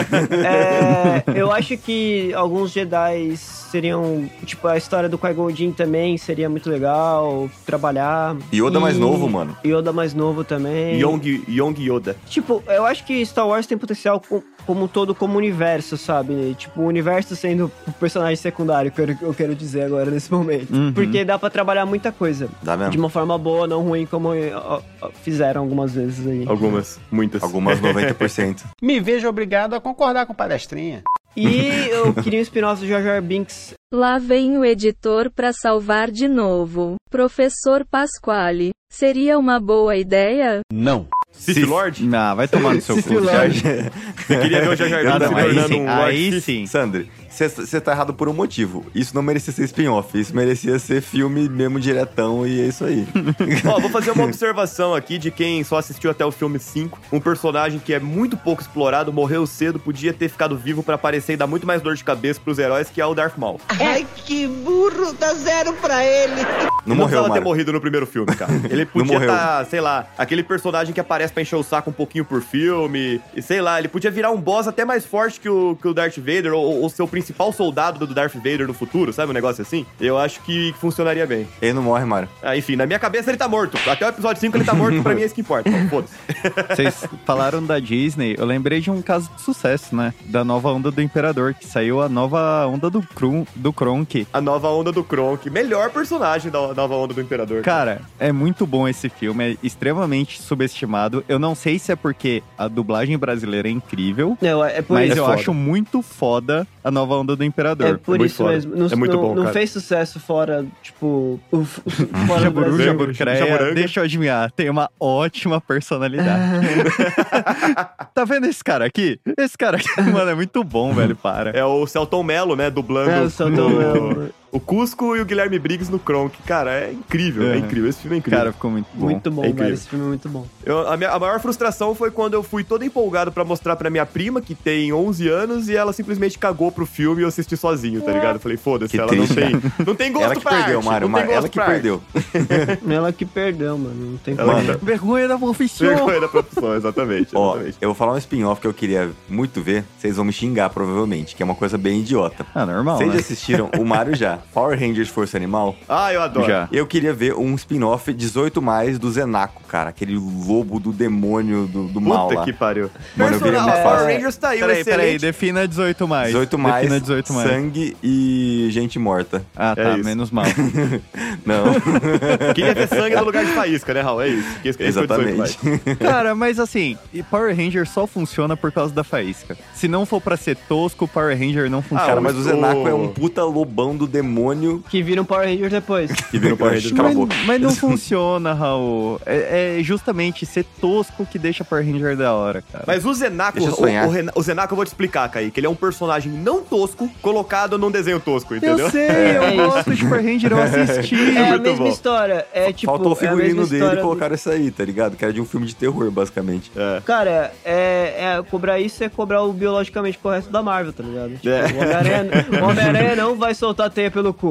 Eu acho que alguns Jedi seriam... Tipo, a história do Qui-Gon Jinn também seria muito legal trabalhar. Yoda mais novo, mano. Yoda mais novo também. Young Yoda. Tipo, eu acho que Star Wars tem potencial como um todo, como universo, sabe? Tipo, o universo sendo o personagem secundário, que eu quero dizer agora nesse momento. Porque dá pra trabalhar muita coisa. Dá mesmo. De uma forma boa, não ruim, como fizeram algumas vezes aí. Muitas. Algumas 90%. Me vejo obrigado a concordar com palestrinha. E eu queria um spin-off do Jar Jar Binks. Lá vem o editor pra salvar de novo. Professor Pasquale, seria uma boa ideia? Não. Sith Lord? Não, vai tomar no seu cu. Você queria ver o Jar Jar Binks se tornando um Lord aí Sith? sim. Sandri, você tá errado por um motivo. Isso não merecia ser spin-off. Isso merecia ser filme mesmo diretão e é isso aí. Ó, vou fazer uma observação aqui de quem só assistiu até o filme 5. Um personagem que é muito pouco explorado, morreu cedo, podia ter ficado vivo pra aparecer e dar muito mais dor de cabeça pros heróis, que é o Darth Maul. Ai, que burro, dá 0 pra ele. Não precisava ter morrido no primeiro filme, cara. Ele podia estar, sei lá, aquele personagem que aparece pra encher o saco um pouquinho por filme, e sei lá, ele podia virar um boss até mais forte que o Darth Vader, ou ser o principal soldado do Darth Vader no futuro, sabe? Um negócio assim. Eu acho que funcionaria bem. Ele não morre, Mário. Enfim, na minha cabeça ele tá morto. Até o episódio 5 ele tá morto, pra mim é isso que importa. Então, foda-se. Vocês falaram da Disney, eu lembrei de um caso de sucesso, né? Da nova onda do Imperador, que saiu a nova onda do Kronk. A nova onda do Kronk. Melhor personagem da nova onda do Imperador. Cara, é muito bom esse filme, é extremamente subestimado. Eu não sei se é porque a dublagem brasileira é incrível, mas eu acho muito foda a nova onda do Imperador. É por isso mesmo. É muito bom, cara. Não fez sucesso fora, tipo... fora Jaburu, Jaburucreia, deixa eu adivinhar, tem uma ótima personalidade. Tá vendo esse cara aqui? Esse cara aqui, mano, é muito bom, velho, para. É o Celton Mello, né, dublando o Celton Mello. O Cusco e o Guilherme Briggs no Kronk. Cara, é incrível, é incrível. Esse filme é incrível. Cara, ficou muito bom. Muito bom, velho. Esse filme é muito bom. A maior frustração foi quando eu fui todo empolgado pra mostrar pra minha prima, que tem 11 anos, e ela simplesmente cagou pro filme e eu assisti sozinho, tá ligado? Eu falei, foda-se, ela não tem gosto ela que pra perdeu, arte. Mário, ela que perdeu. Ela que perdeu, mano. Não tem problema. Vergonha da profissão. Vergonha da profissão, exatamente. Ó, eu vou falar um spin-off que eu queria muito ver. Vocês vão me xingar, provavelmente, que é uma coisa bem idiota. Normal, Vocês né? já assistiram? O Mário já. Power Rangers Força Animal? Eu adoro. Já. Eu queria ver um spin-off 18+, do Zenaco, cara. Aquele lobo do demônio do mal lá. Puta que pariu. Mano, eu queria muito Power Rangers tá aí, Peraí, defina 18+. 18+, sangue e gente morta. Ah, tá, menos mal. Não. Queria ver sangue no lugar de faísca, né, Raul? É isso. Exatamente. Cara, mas assim, Power Ranger só funciona por causa da faísca. Se não for pra ser tosco, Power Ranger não funciona. Cara, mas o Zenaco é um puta lobão do demônio. Que vira um Power Ranger depois. Que vira um Power Ranger, cala a boca. Mas não funciona, Raul. É justamente ser tosco que deixa Power Ranger da hora, cara. Mas o Zenaco, o Zenaco eu vou te explicar, Kaique. Ele é um personagem não tosco, colocado num desenho tosco, entendeu? Eu sei, eu gosto de Power Ranger, eu assisti. É a mesma história. É tipo. Faltou o figurino dele e colocaram isso aí, tá ligado? Que era de um filme de terror, basicamente. Cara, cobrar isso é cobrar o biologicamente correto da Marvel, tá ligado? Tipo, o Homem-Aranha não vai soltar teia pelo cu.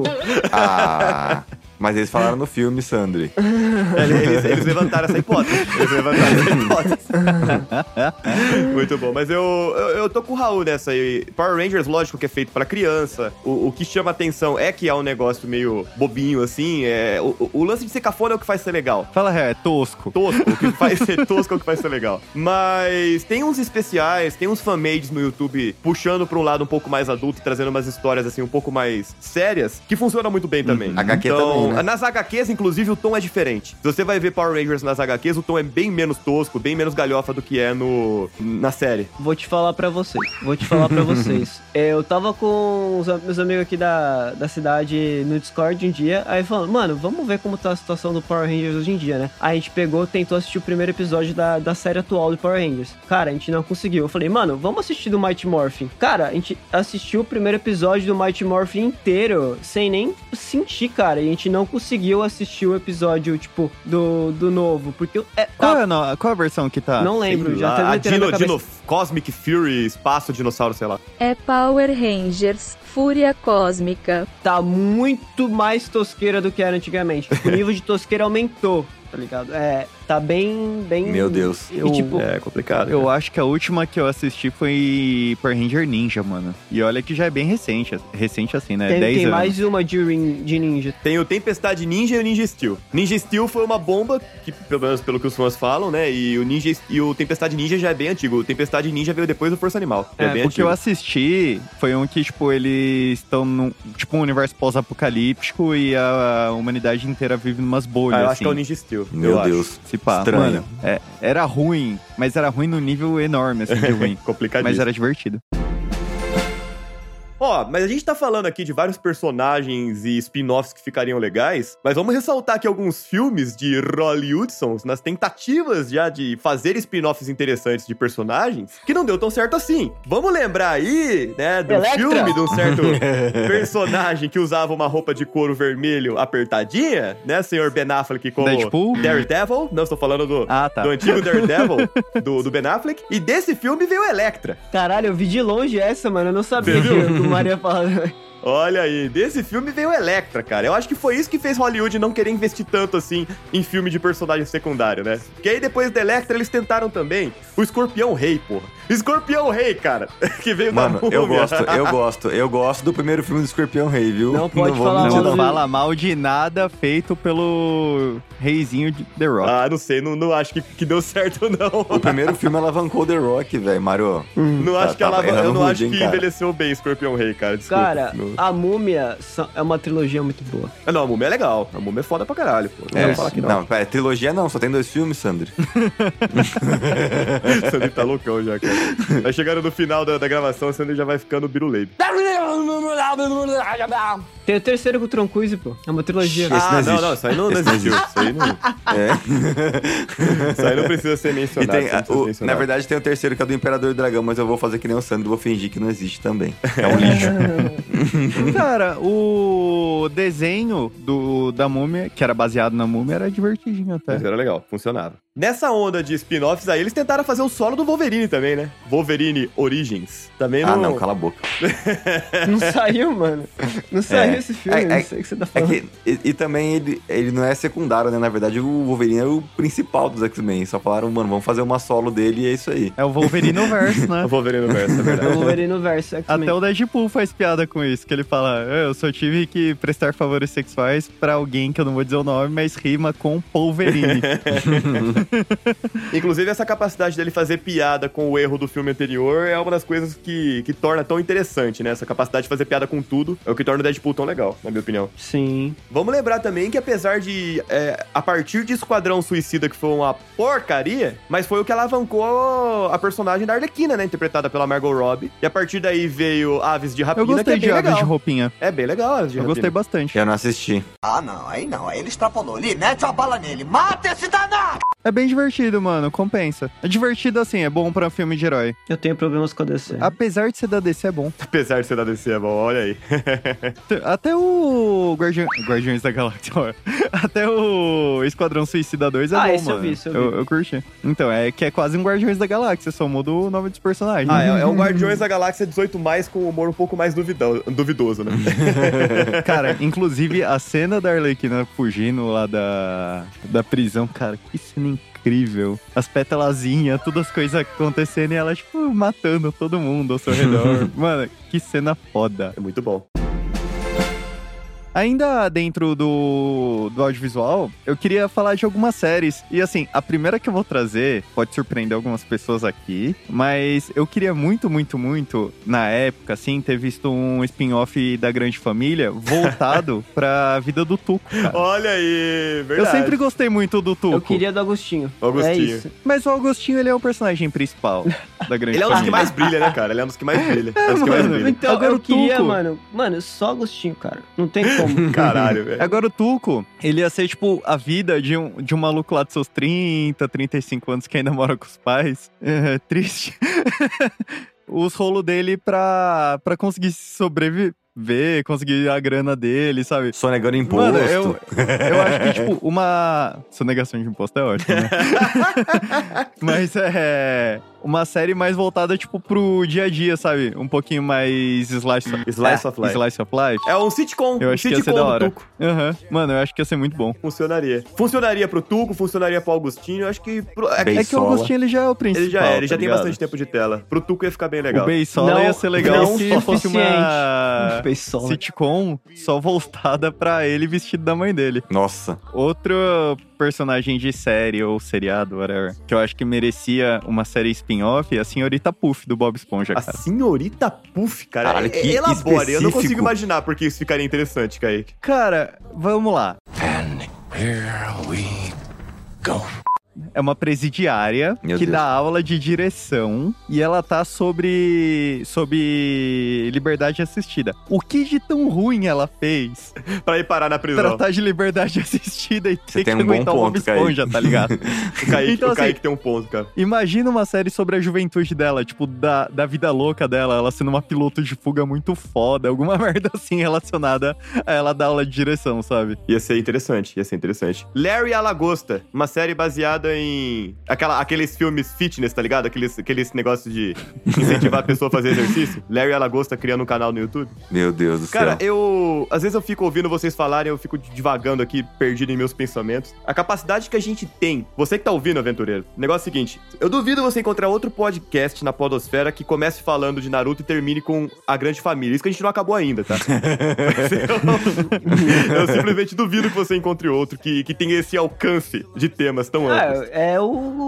Mas eles falaram no filme, Sandri. Eles levantaram essa hipótese. Muito bom. Mas eu tô com o Raul nessa aí. Power Rangers, lógico que é feito pra criança. O que chama atenção é que é um negócio meio bobinho, assim. O lance de ser cafona é o que faz ser legal. Fala, é tosco. Tosco. O que faz ser tosco é o que faz ser legal. Mas tem uns especiais, tem uns fanmades no YouTube puxando pra um lado um pouco mais adulto, trazendo umas histórias, assim, um pouco mais sérias, que funcionam muito bem também. HQ também, né? Nas HQs, inclusive, o tom é diferente. Se você vai ver Power Rangers nas HQs, o tom é bem menos tosco, bem menos galhofa do que é na série. Vou te falar pra vocês. Eu tava com os meus amigos aqui da cidade no Discord um dia, aí falando, mano, vamos ver como tá a situação do Power Rangers hoje em dia, né? Aí a gente tentou assistir o primeiro episódio da série atual do Power Rangers. Cara, a gente não conseguiu. Eu falei, mano, vamos assistir do Mighty Morphin. Cara, a gente assistiu o primeiro episódio do Mighty Morphin inteiro, sem nem sentir, cara. E a gente não conseguiu assistir o episódio, tipo, do novo, porque... Qual a versão que tá? Não lembro, já tá Dino Cosmic Fury, Espaço Dinossauro, sei lá. É Power Rangers, Fúria Cósmica. Tá muito mais tosqueira do que era antigamente. O nível de tosqueira aumentou, tá ligado? Tá bem... Meu Deus. E, tipo, É complicado. Eu acho que a última que eu assisti foi Power Ranger Ninja, mano. E olha que já é bem recente assim, né? 10 tem anos. mais uma de ninja. Tem o Tempestade Ninja e o Ninja Steel. Ninja Steel foi uma bomba, que, pelo menos pelo que os fãs falam, né? E o Tempestade Ninja já é bem antigo. O Tempestade Ninja veio depois do Força Animal. É bem o antigo. que eu assisti foi um que, tipo, eles estão num um universo pós-apocalíptico e a humanidade inteira vive numas bolhas, eu assim. acho que é o Ninja Steel. Meu Deus. Se pá, Estranho. mano, era ruim, mas era ruim num nível enorme, assim, de ruim. Complicadíssimo. Mas era divertido. Ó, mas a gente tá falando aqui de vários personagens e spin-offs que ficariam legais, mas vamos ressaltar aqui alguns filmes de Hollywoodsons nas tentativas já de fazer spin-offs interessantes de personagens, que não deu tão certo assim. Vamos lembrar aí, né, do filme de um certo personagem que usava uma roupa de couro vermelho apertadinha, né, senhor Ben Affleck como Deadpool? Daredevil. Não, estou falando do antigo Daredevil, do Ben Affleck. E desse filme veio Elektra. Caralho, eu vi de longe essa, mano. Eu não sabia que o Maria falava. Olha aí, desse filme veio Elektra, cara. Eu acho que foi isso que fez Hollywood não querer investir tanto assim em filme de personagem secundário, né? Porque aí depois da Elektra eles tentaram também o Escorpião Rei, porra. Escorpião Rei, cara. Que veio Mano, da eu gosto do primeiro filme do Escorpião Rei, viu? Não pode vou falar mentir, Não fala mal de nada feito pelo reizinho de The Rock. Ah, não sei, não acho que deu certo, não. O primeiro filme alavancou The Rock, velho, Mario. Não acho que eu não acho que cara. envelheceu bem Escorpião Rei, cara. Desculpa. Cara, a Múmia é uma trilogia muito boa. Não, a Múmia é legal. A Múmia é foda pra caralho, pô. Não vou falar que não. Não, pera, trilogia não, só tem 2 filmes, Sandro. O Sandro tá loucão já, cara. Vai chegando no final da gravação, o Sandro já vai ficando biruleibe. Tem o terceiro com o Tom Cruise, pô. É uma trilogia. Não, isso aí não existiu. Isso aí não... Isso aí não precisa ser mencionado. Na verdade, tem o terceiro que é do Imperador Dragão, mas eu vou fazer que nem o Sandro e vou fingir que não existe também. É um lixo. Cara, o desenho da Múmia, que era baseado na Múmia, era divertidinho até. Mas era legal, funcionava. Nessa onda de spin-offs aí, eles tentaram fazer o solo do Wolverine também, né? Wolverine Origins. Também não... Ah, não, cala a boca. Não saiu, mano. Não saiu esse filme, não sei o que você tá falando. E também ele não é secundário, né? Na verdade, o Wolverine é o principal dos X-Men. Só falaram, mano, vamos fazer uma solo dele e é isso aí. É o Wolverine-verso, né? O Wolverine-verso, é verdade. É o Wolverine-verso, X-Men. Até o Deadpool faz piada com isso, que ele fala, eu só tive que prestar favores sexuais pra alguém que eu não vou dizer o nome, mas rima com Wolverine. Inclusive, essa capacidade dele fazer piada com o erro do filme anterior é uma das coisas que torna tão interessante, né? Essa capacidade de fazer piada com tudo é o que torna o Deadpool tão legal, na minha opinião. Sim. Vamos lembrar também que apesar de, a partir de Esquadrão Suicida, que foi uma porcaria, mas foi o que alavancou a personagem da Arlequina, né? Interpretada pela Margot Robbie. E a partir daí veio Aves de Rapina, eu gostei que é bem de Aves legal. de Roupinha. É bem legal, Aves de Rapina. Eu gostei bastante. Eu não assisti. Ah, não, aí ele extrapolou. Ele mete a bala nele. Mata esse danado! É bem divertido, mano, compensa. É divertido assim, é bom pra filme de herói. Eu tenho problemas com a DC. Apesar de ser da DC, é bom. Apesar de ser da DC, é bom, olha aí. Até o Guardiões da Galáxia, ó. Até o Esquadrão Suicida 2 é bom, esse mano. eu vi, esse eu vi. Eu curti. Então, é que é quase um Guardiões da Galáxia, só muda o nome dos personagens. É um Guardiões da Galáxia 18+, com humor um pouco mais duvidoso, né? Cara, inclusive, a cena da Arlequina fugindo lá da prisão, cara, que cena incrível. As pétalazinhas, todas as coisas acontecendo e ela, tipo, matando todo mundo ao seu redor. Mano, que cena foda. É muito bom. Ainda dentro do audiovisual, eu queria falar de algumas séries. E assim, a primeira que eu vou trazer pode surpreender algumas pessoas aqui, mas eu queria muito, muito, muito, na época, assim, ter visto um spin-off da Grande Família voltado pra vida do Tuco, cara. Olha aí, verdade. Eu sempre gostei muito do Tuco. Eu queria do Agostinho. Agostinho. É isso. Mas o Agostinho, ele é o personagem principal da Grande Família. Ele é um dos que mais brilha, né, cara? Ele é um dos que mais brilha. Então, agora eu queria, Tuco. mano, só Agostinho, cara. Não tem como. Caralho, velho. Agora o Tuco, ele ia ser, tipo, a vida de um maluco lá dos seus 30, 35 anos que ainda mora com os pais. É triste. Os rolos dele pra conseguir sobreviver, conseguir a grana dele, sabe? Sonegando imposto. Mano, eu acho que, tipo, uma... Sonegação de imposto é ótimo, né? Mas uma série mais voltada, tipo, pro dia a dia, sabe? Um pouquinho mais slice of life. Slice of life. É um sitcom. Eu acho que ia ser da hora. Mano, eu acho que ia ser muito bom. Funcionaria. Funcionaria pro Tuco, funcionaria pro Augustinho. Eu acho que... É que o Augustinho, ele já é o principal. Ele já tem bastante tempo de tela. Pro Tuco ia ficar bem legal. O Beisola ia ser legal se fosse uma sitcom só voltada pra ele vestido da mãe dele. Nossa. Outro personagem de série ou seriado, whatever, que eu acho que merecia uma série spin-off é a Senhorita Puff, do Bob Esponja, cara. A Senhorita Puff, cara. Caralho, que elabore. específico. Eu não consigo imaginar porque isso ficaria interessante, Kaique. Cara, vamos lá. And here we go. É uma presidiária que dá aula de direção e ela tá sobre liberdade assistida. O que de tão ruim ela fez pra ir parar na prisão? Tratar de liberdade assistida e ter que aguentar o Bob Esponja, tá ligado? O Kaique tem um ponto, cara. Imagina uma série sobre a juventude dela, tipo, da vida louca dela, ela sendo uma piloto de fuga muito foda, alguma merda assim relacionada a ela dar aula de direção, sabe? Ia ser interessante. Larry a Lagosta, uma série baseada em aqueles filmes fitness, tá ligado? Aqueles negócios de incentivar a pessoa a fazer exercício. Larry a Lagosta criando um canal no YouTube. Meu Deus do céu. Cara, às vezes eu fico ouvindo vocês falarem, eu fico divagando aqui, perdido em meus pensamentos. A capacidade que a gente tem, você que tá ouvindo, aventureiro, o negócio é o seguinte, eu duvido você encontrar outro podcast na podosfera que comece falando de Naruto e termine com A Grande Família. Isso que a gente não acabou ainda, tá? Eu simplesmente duvido que você encontre outro que tenha esse alcance de temas tão amplos. É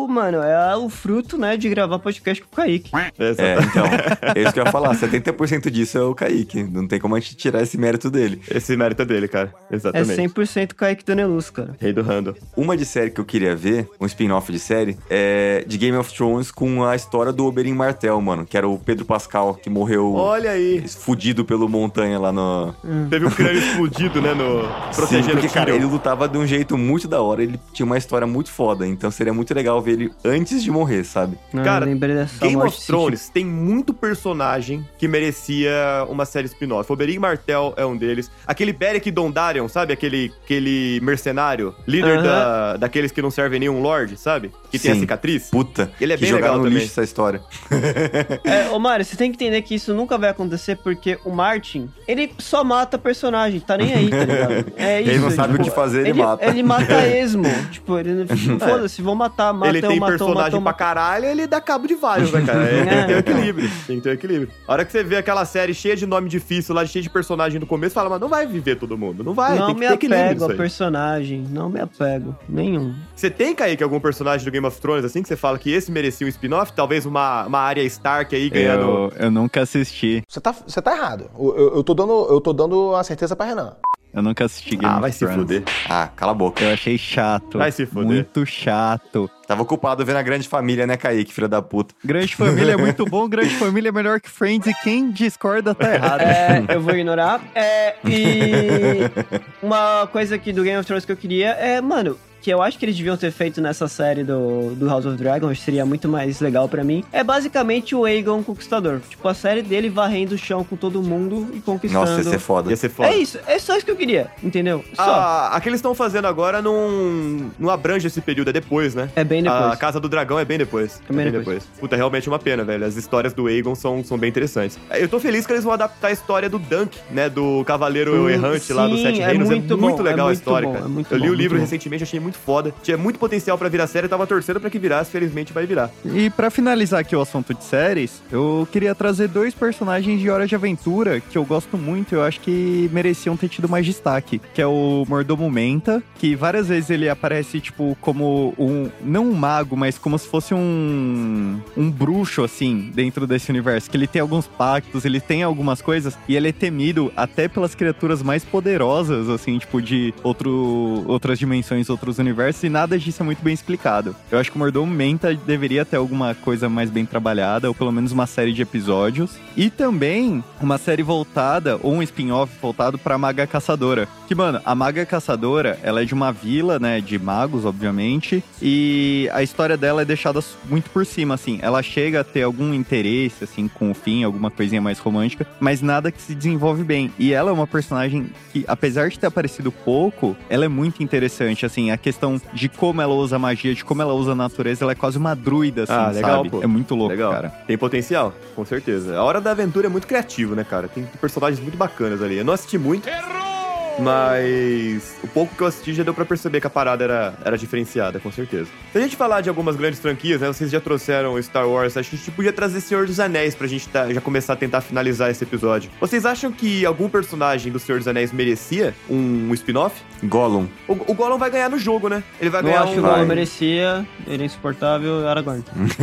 o fruto, né, de gravar podcast com o Kaique. Então, é isso que eu ia falar. 70% disso é o Kaique. Não tem como a gente tirar esse mérito dele. Esse mérito é dele, cara. Exatamente. É 100% Kaique Daneluz, cara. Rei do Randall. Uma de série que eu queria ver, um spin-off de série, é de Game of Thrones com a história do Oberyn Martell, mano. Que era o Pedro Pascal, que morreu... Olha aí. Fudido pelo Montanha lá no... Teve um crânio explodido, né, protegendo. Sim, porque, cara, ele lutava de um jeito muito da hora. Ele tinha uma história muito foda. Então seria muito legal ver ele antes de morrer, sabe? Cara, Game of Thrones tem muito personagem que merecia uma série spin-off. Oberyn Martell é um deles. Aquele Beric Dondarrion, sabe? Aquele mercenário, líder daqueles que não servem nenhum lord, sabe? Que tem a cicatriz. Puta. Ele é bem legal no também. Lixo essa história. Ô Mário, você tem que entender que isso nunca vai acontecer porque o Martin, ele só mata personagem, tá nem aí, tá ligado? É isso. Ele não sabe o que fazer, ele mata. Ele mata esmo. Tipo, ele foda-se, vão matar, mata ele tem personagem pra caralho, ele dá cabo de vários, né, cara? Tem que ter equilíbrio. Tem que ter equilíbrio. A hora que você vê aquela série cheia de nome difícil, lá cheia de personagem no começo, fala, mas não vai viver todo mundo. Não vai, não tem que ter equilíbrio. Não me apego a personagem. Não me apego. Nenhum. Você tem, Kaique, algum personagem do Game of Thrones, assim, que você fala que esse merecia um spin-off? Talvez uma Arya Stark aí ganhando... Eu nunca assisti. Você tá errado. Eu tô dando a certeza pra Renan. Eu nunca assisti Game of Thrones. Vai se fuder. Cala a boca. Eu achei chato. Vai se fuder. Muito chato. Tava ocupado vendo a Grande Família, né, Kaique, filho da puta? Grande Família é muito bom, Grande Família é melhor que Friends e quem discorda tá errado. Eu vou ignorar. E uma coisa aqui do Game of Thrones que eu queria mano, que eu acho que eles deviam ter feito nessa série do House of Dragon, seria muito mais legal pra mim, é basicamente o Aegon Conquistador. Tipo, a série dele varrendo o chão com todo mundo e conquistando. Nossa, ia ser foda. É isso, é só isso que eu queria, entendeu? Só. A que eles estão fazendo agora não abrange esse período, é depois, né? É bem depois. A Casa do Dragão é bem depois. É bem depois. Puta, é realmente uma pena, velho. As histórias do Aegon são bem interessantes. Eu tô feliz que eles vão adaptar a história do Dunk, né? Do Cavaleiro Errante lá dos Sete Reinos. É muito legal a história, cara. Eu li o livro recentemente, achei muito foda. Tinha muito potencial pra virar série, eu tava torcendo pra que virasse, felizmente vai virar. E pra finalizar aqui o assunto de séries, eu queria trazer 2 personagens de Hora de Aventura que eu gosto muito, eu acho que mereciam ter tido mais destaque, que é o Mordomo Menta, que várias vezes ele aparece, tipo, como não um mago, mas como se fosse um bruxo, assim, dentro desse universo, que ele tem alguns pactos, ele tem algumas coisas, e ele é temido até pelas criaturas mais poderosas, assim, tipo, de outras dimensões, outros universos, e nada disso é muito bem explicado. Eu acho que o Mordomo Menta deveria ter alguma coisa mais bem trabalhada, ou pelo menos uma série de episódios. E também uma série voltada, ou um spin-off voltado pra Maga Caçadora. Que, mano, a Maga Caçadora, ela é de uma vila, né, de magos, obviamente, e a história dela é deixada muito por cima, assim. Ela chega a ter algum interesse, assim, com o fim, alguma coisinha mais romântica, mas nada que se desenvolve bem. E ela é uma personagem que, apesar de ter aparecido pouco, ela é muito interessante, assim. A questão de como ela usa magia, de como ela usa a natureza, ela é quase uma druida, assim, legal, sabe? Pô. É muito louco, legal. cara. Tem potencial, com certeza. A Hora da Aventura é muito criativo, né, cara? Tem personagens muito bacanas ali. Eu não assisti muito, mas o pouco que eu assisti já deu pra perceber que a parada era diferenciada, com certeza. Se a gente falar de algumas grandes franquias, né, vocês já trouxeram Star Wars, acho que a gente podia trazer Senhor dos Anéis pra gente já começar a tentar finalizar esse episódio. Vocês acham que algum personagem do Senhor dos Anéis merecia um spin-off? Gollum. O Gollum vai ganhar no jogo, né? Ele vai ganhar acho que o Gollum merecia, ele é insuportável, Aragorn.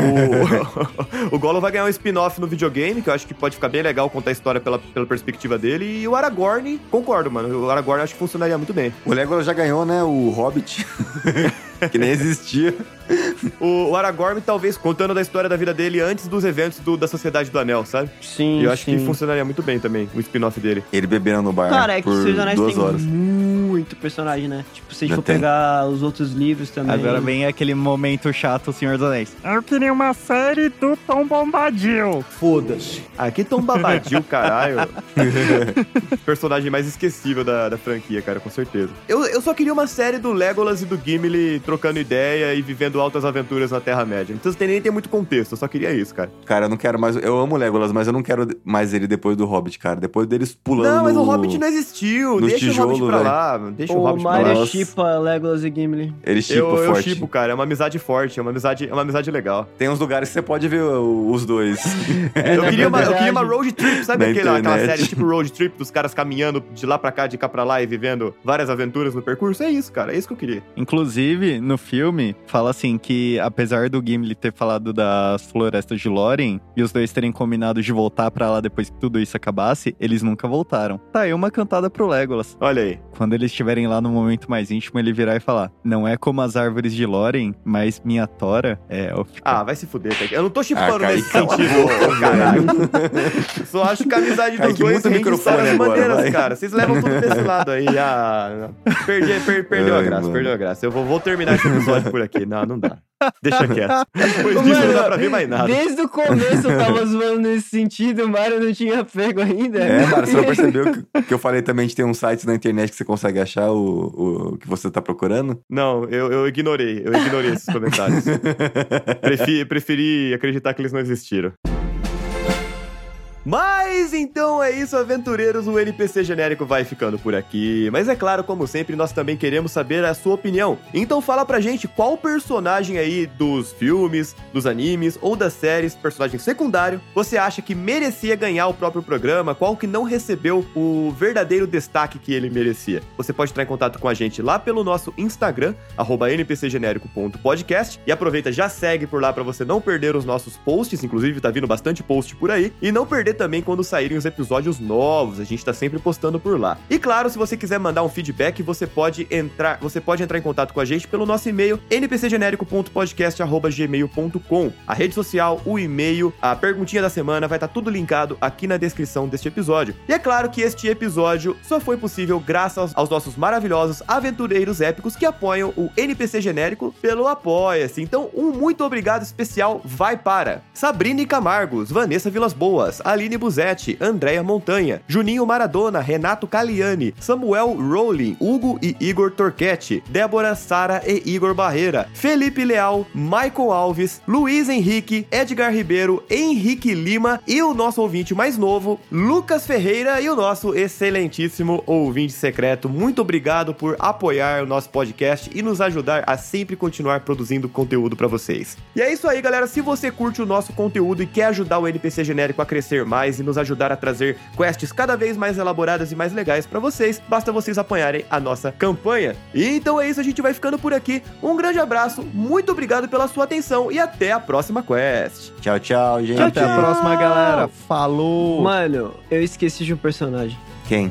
O Gollum vai ganhar um spin-off no videogame, que eu acho que pode ficar bem legal contar a história pela perspectiva dele. E o Aragorn, concordo, mano. O Aragorn acho que funcionaria muito bem. O Legolas já ganhou, né? O Hobbit. Que nem existia. O Aragorn, talvez, contando da história da vida dele antes dos eventos da Sociedade do Anel, sabe? Sim, eu acho que funcionaria muito bem também, o spin-off dele. Ele bebendo no bar. Cara, é que o Senhor dos Anéis tem 2 horas. muito personagem, né? Tipo, se a gente for pegar os outros livros também. Agora vem aquele momento chato, Senhor dos Anéis. Eu queria uma série do Tom Bombadil. Foda-se. Que Tom Bombadil, caralho. Personagem mais esquecível da franquia, cara, com certeza. Eu só queria uma série do Legolas e do Gimli trocando ideia e vivendo altas aventuras na Terra-média. Não precisa nem ter muito contexto, eu só queria isso, cara. Cara, eu não quero mais... Eu amo o Legolas, mas eu não quero mais ele depois do Hobbit, cara. Depois deles pulando. Não, mas o Hobbit não existiu. Deixa o Hobbit pra lá. Deixa o Hobbit pra lá. O Mario chipa Legolas e Gimli. Ele chipa forte. Eu chipo, cara. É uma amizade forte. É uma amizade legal. Tem uns lugares que você pode ver os dois. Eu queria uma road trip, sabe aquela série tipo road trip dos caras caminhando de lá pra cá, de cá pra lá e vivendo várias aventuras no percurso? É isso, cara. É isso que eu queria. Inclusive, no filme, fala assim que apesar do Gimli ter falado das florestas de Lórien e os dois terem combinado de voltar pra lá depois que tudo isso acabasse, eles nunca voltaram. Tá aí uma cantada pro Legolas. Olha aí. Quando eles estiverem lá no momento mais íntimo, ele virar e falar: não é como as árvores de Lórien, mas minha tora é élfica. Vai se fuder, cara. Eu não tô chipando nesse sentido, caralho. Só acho que a amizade dos dois rende várias maneiras, cara. Vocês levam tudo pra esse lado aí. Perdeu a graça, perdeu a graça. Eu vou terminar esse episódio por aqui. Não dá. Deixa quieto. Depois disso não dá pra ver mais nada. Desde o começo eu tava zoando nesse sentido, o Mario não tinha pego ainda. Mário, você não percebeu que eu falei também de ter uns sites na internet que você consegue achar o que você tá procurando? Não, eu ignorei esses comentários. Preferi acreditar que eles não existiram. Mas então é isso, aventureiros, o NPC genérico vai ficando por aqui. Mas é claro, como sempre, nós também queremos saber a sua opinião. Então fala pra gente qual personagem aí dos filmes, dos animes ou das séries, personagem secundário, você acha que merecia ganhar o próprio programa, qual que não recebeu o verdadeiro destaque que ele merecia. Você pode entrar em contato com a gente lá pelo nosso Instagram, @npcgenérico.podcast, e aproveita, já segue por lá pra você não perder os nossos posts, inclusive tá vindo bastante post por aí, e não perder também quando saírem os episódios novos, a gente tá sempre postando por lá. E claro, se você quiser mandar um feedback, você pode entrar em contato com a gente pelo nosso e-mail npcgenérico.podcast@gmail.com. A rede social, o e-mail, a perguntinha da semana, vai estar tudo linkado aqui na descrição deste episódio. E é claro que este episódio só foi possível graças aos nossos maravilhosos aventureiros épicos que apoiam o NPC Genérico pelo Apoia-se. Então, um muito obrigado especial vai para Sabrina Camargos, Vanessa Vilas Boas, Aline Buzetti, Andréia Montanha, Juninho Maradona, Renato Caliani, Samuel Rowling, Hugo e Igor Torquetti, Débora, Sara e Igor Barreira, Felipe Leal, Michael Alves, Luiz Henrique, Edgar Ribeiro, Henrique Lima e o nosso ouvinte mais novo, Lucas Ferreira, e o nosso excelentíssimo ouvinte secreto. Muito obrigado por apoiar o nosso podcast e nos ajudar a sempre continuar produzindo conteúdo pra vocês. E é isso aí, galera. Se você curte o nosso conteúdo e quer ajudar o NPC Genérico a crescer mais e nos ajudar a trazer quests cada vez mais elaboradas e mais legais pra vocês, basta vocês apoiarem a nossa campanha. E então é isso, a gente vai ficando por aqui. Um grande abraço, muito obrigado pela sua atenção e até a próxima quest. Tchau, tchau, gente. Até a próxima, galera. Falou! Mano, eu esqueci de um personagem. Quem?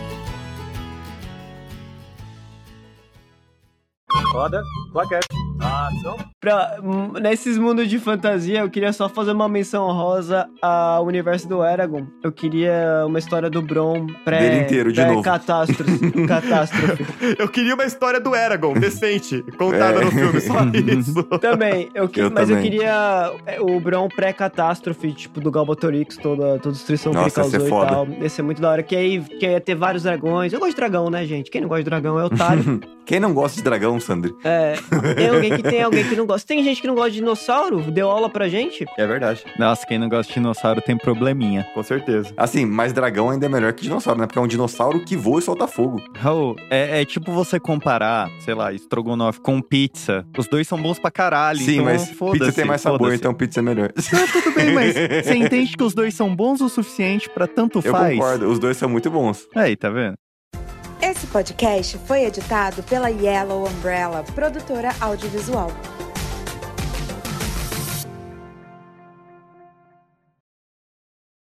Roda, plaquete. Nesses mundos de fantasia, eu queria só fazer uma menção honrosa ao universo do Eragon. Eu queria uma história do Bron Dele inteiro, de novo. Catástrofe. Eu queria uma história do Eragon, decente, contada no filme, só isso. Também, eu queria o Bron pré-catástrofe, tipo, do Galbatorix, toda a destruição que ele causou e tal. Ia ser muito da hora, que aí ia ter vários dragões. Eu gosto de dragão, né, gente? Quem não gosta de dragão é otário. Quem não gosta de dragão, Sandri? Tem alguém que não gosta. Tem gente que não gosta de dinossauro, deu aula pra gente. É verdade. Nossa, quem não gosta de dinossauro tem probleminha. Com certeza. Assim, mas dragão ainda é melhor que dinossauro, né? Porque é um dinossauro que voa e solta fogo. Raul, é tipo você comparar, sei lá, estrogonofe com pizza. Os dois são bons pra caralho. Sim, então, mas pizza tem mais sabor, então pizza é melhor. Tudo bem, mas você entende que os dois são bons o suficiente pra tanto faz? Eu concordo, os dois são muito bons. Aí, tá vendo? Esse podcast foi editado pela Yellow Umbrella, produtora audiovisual.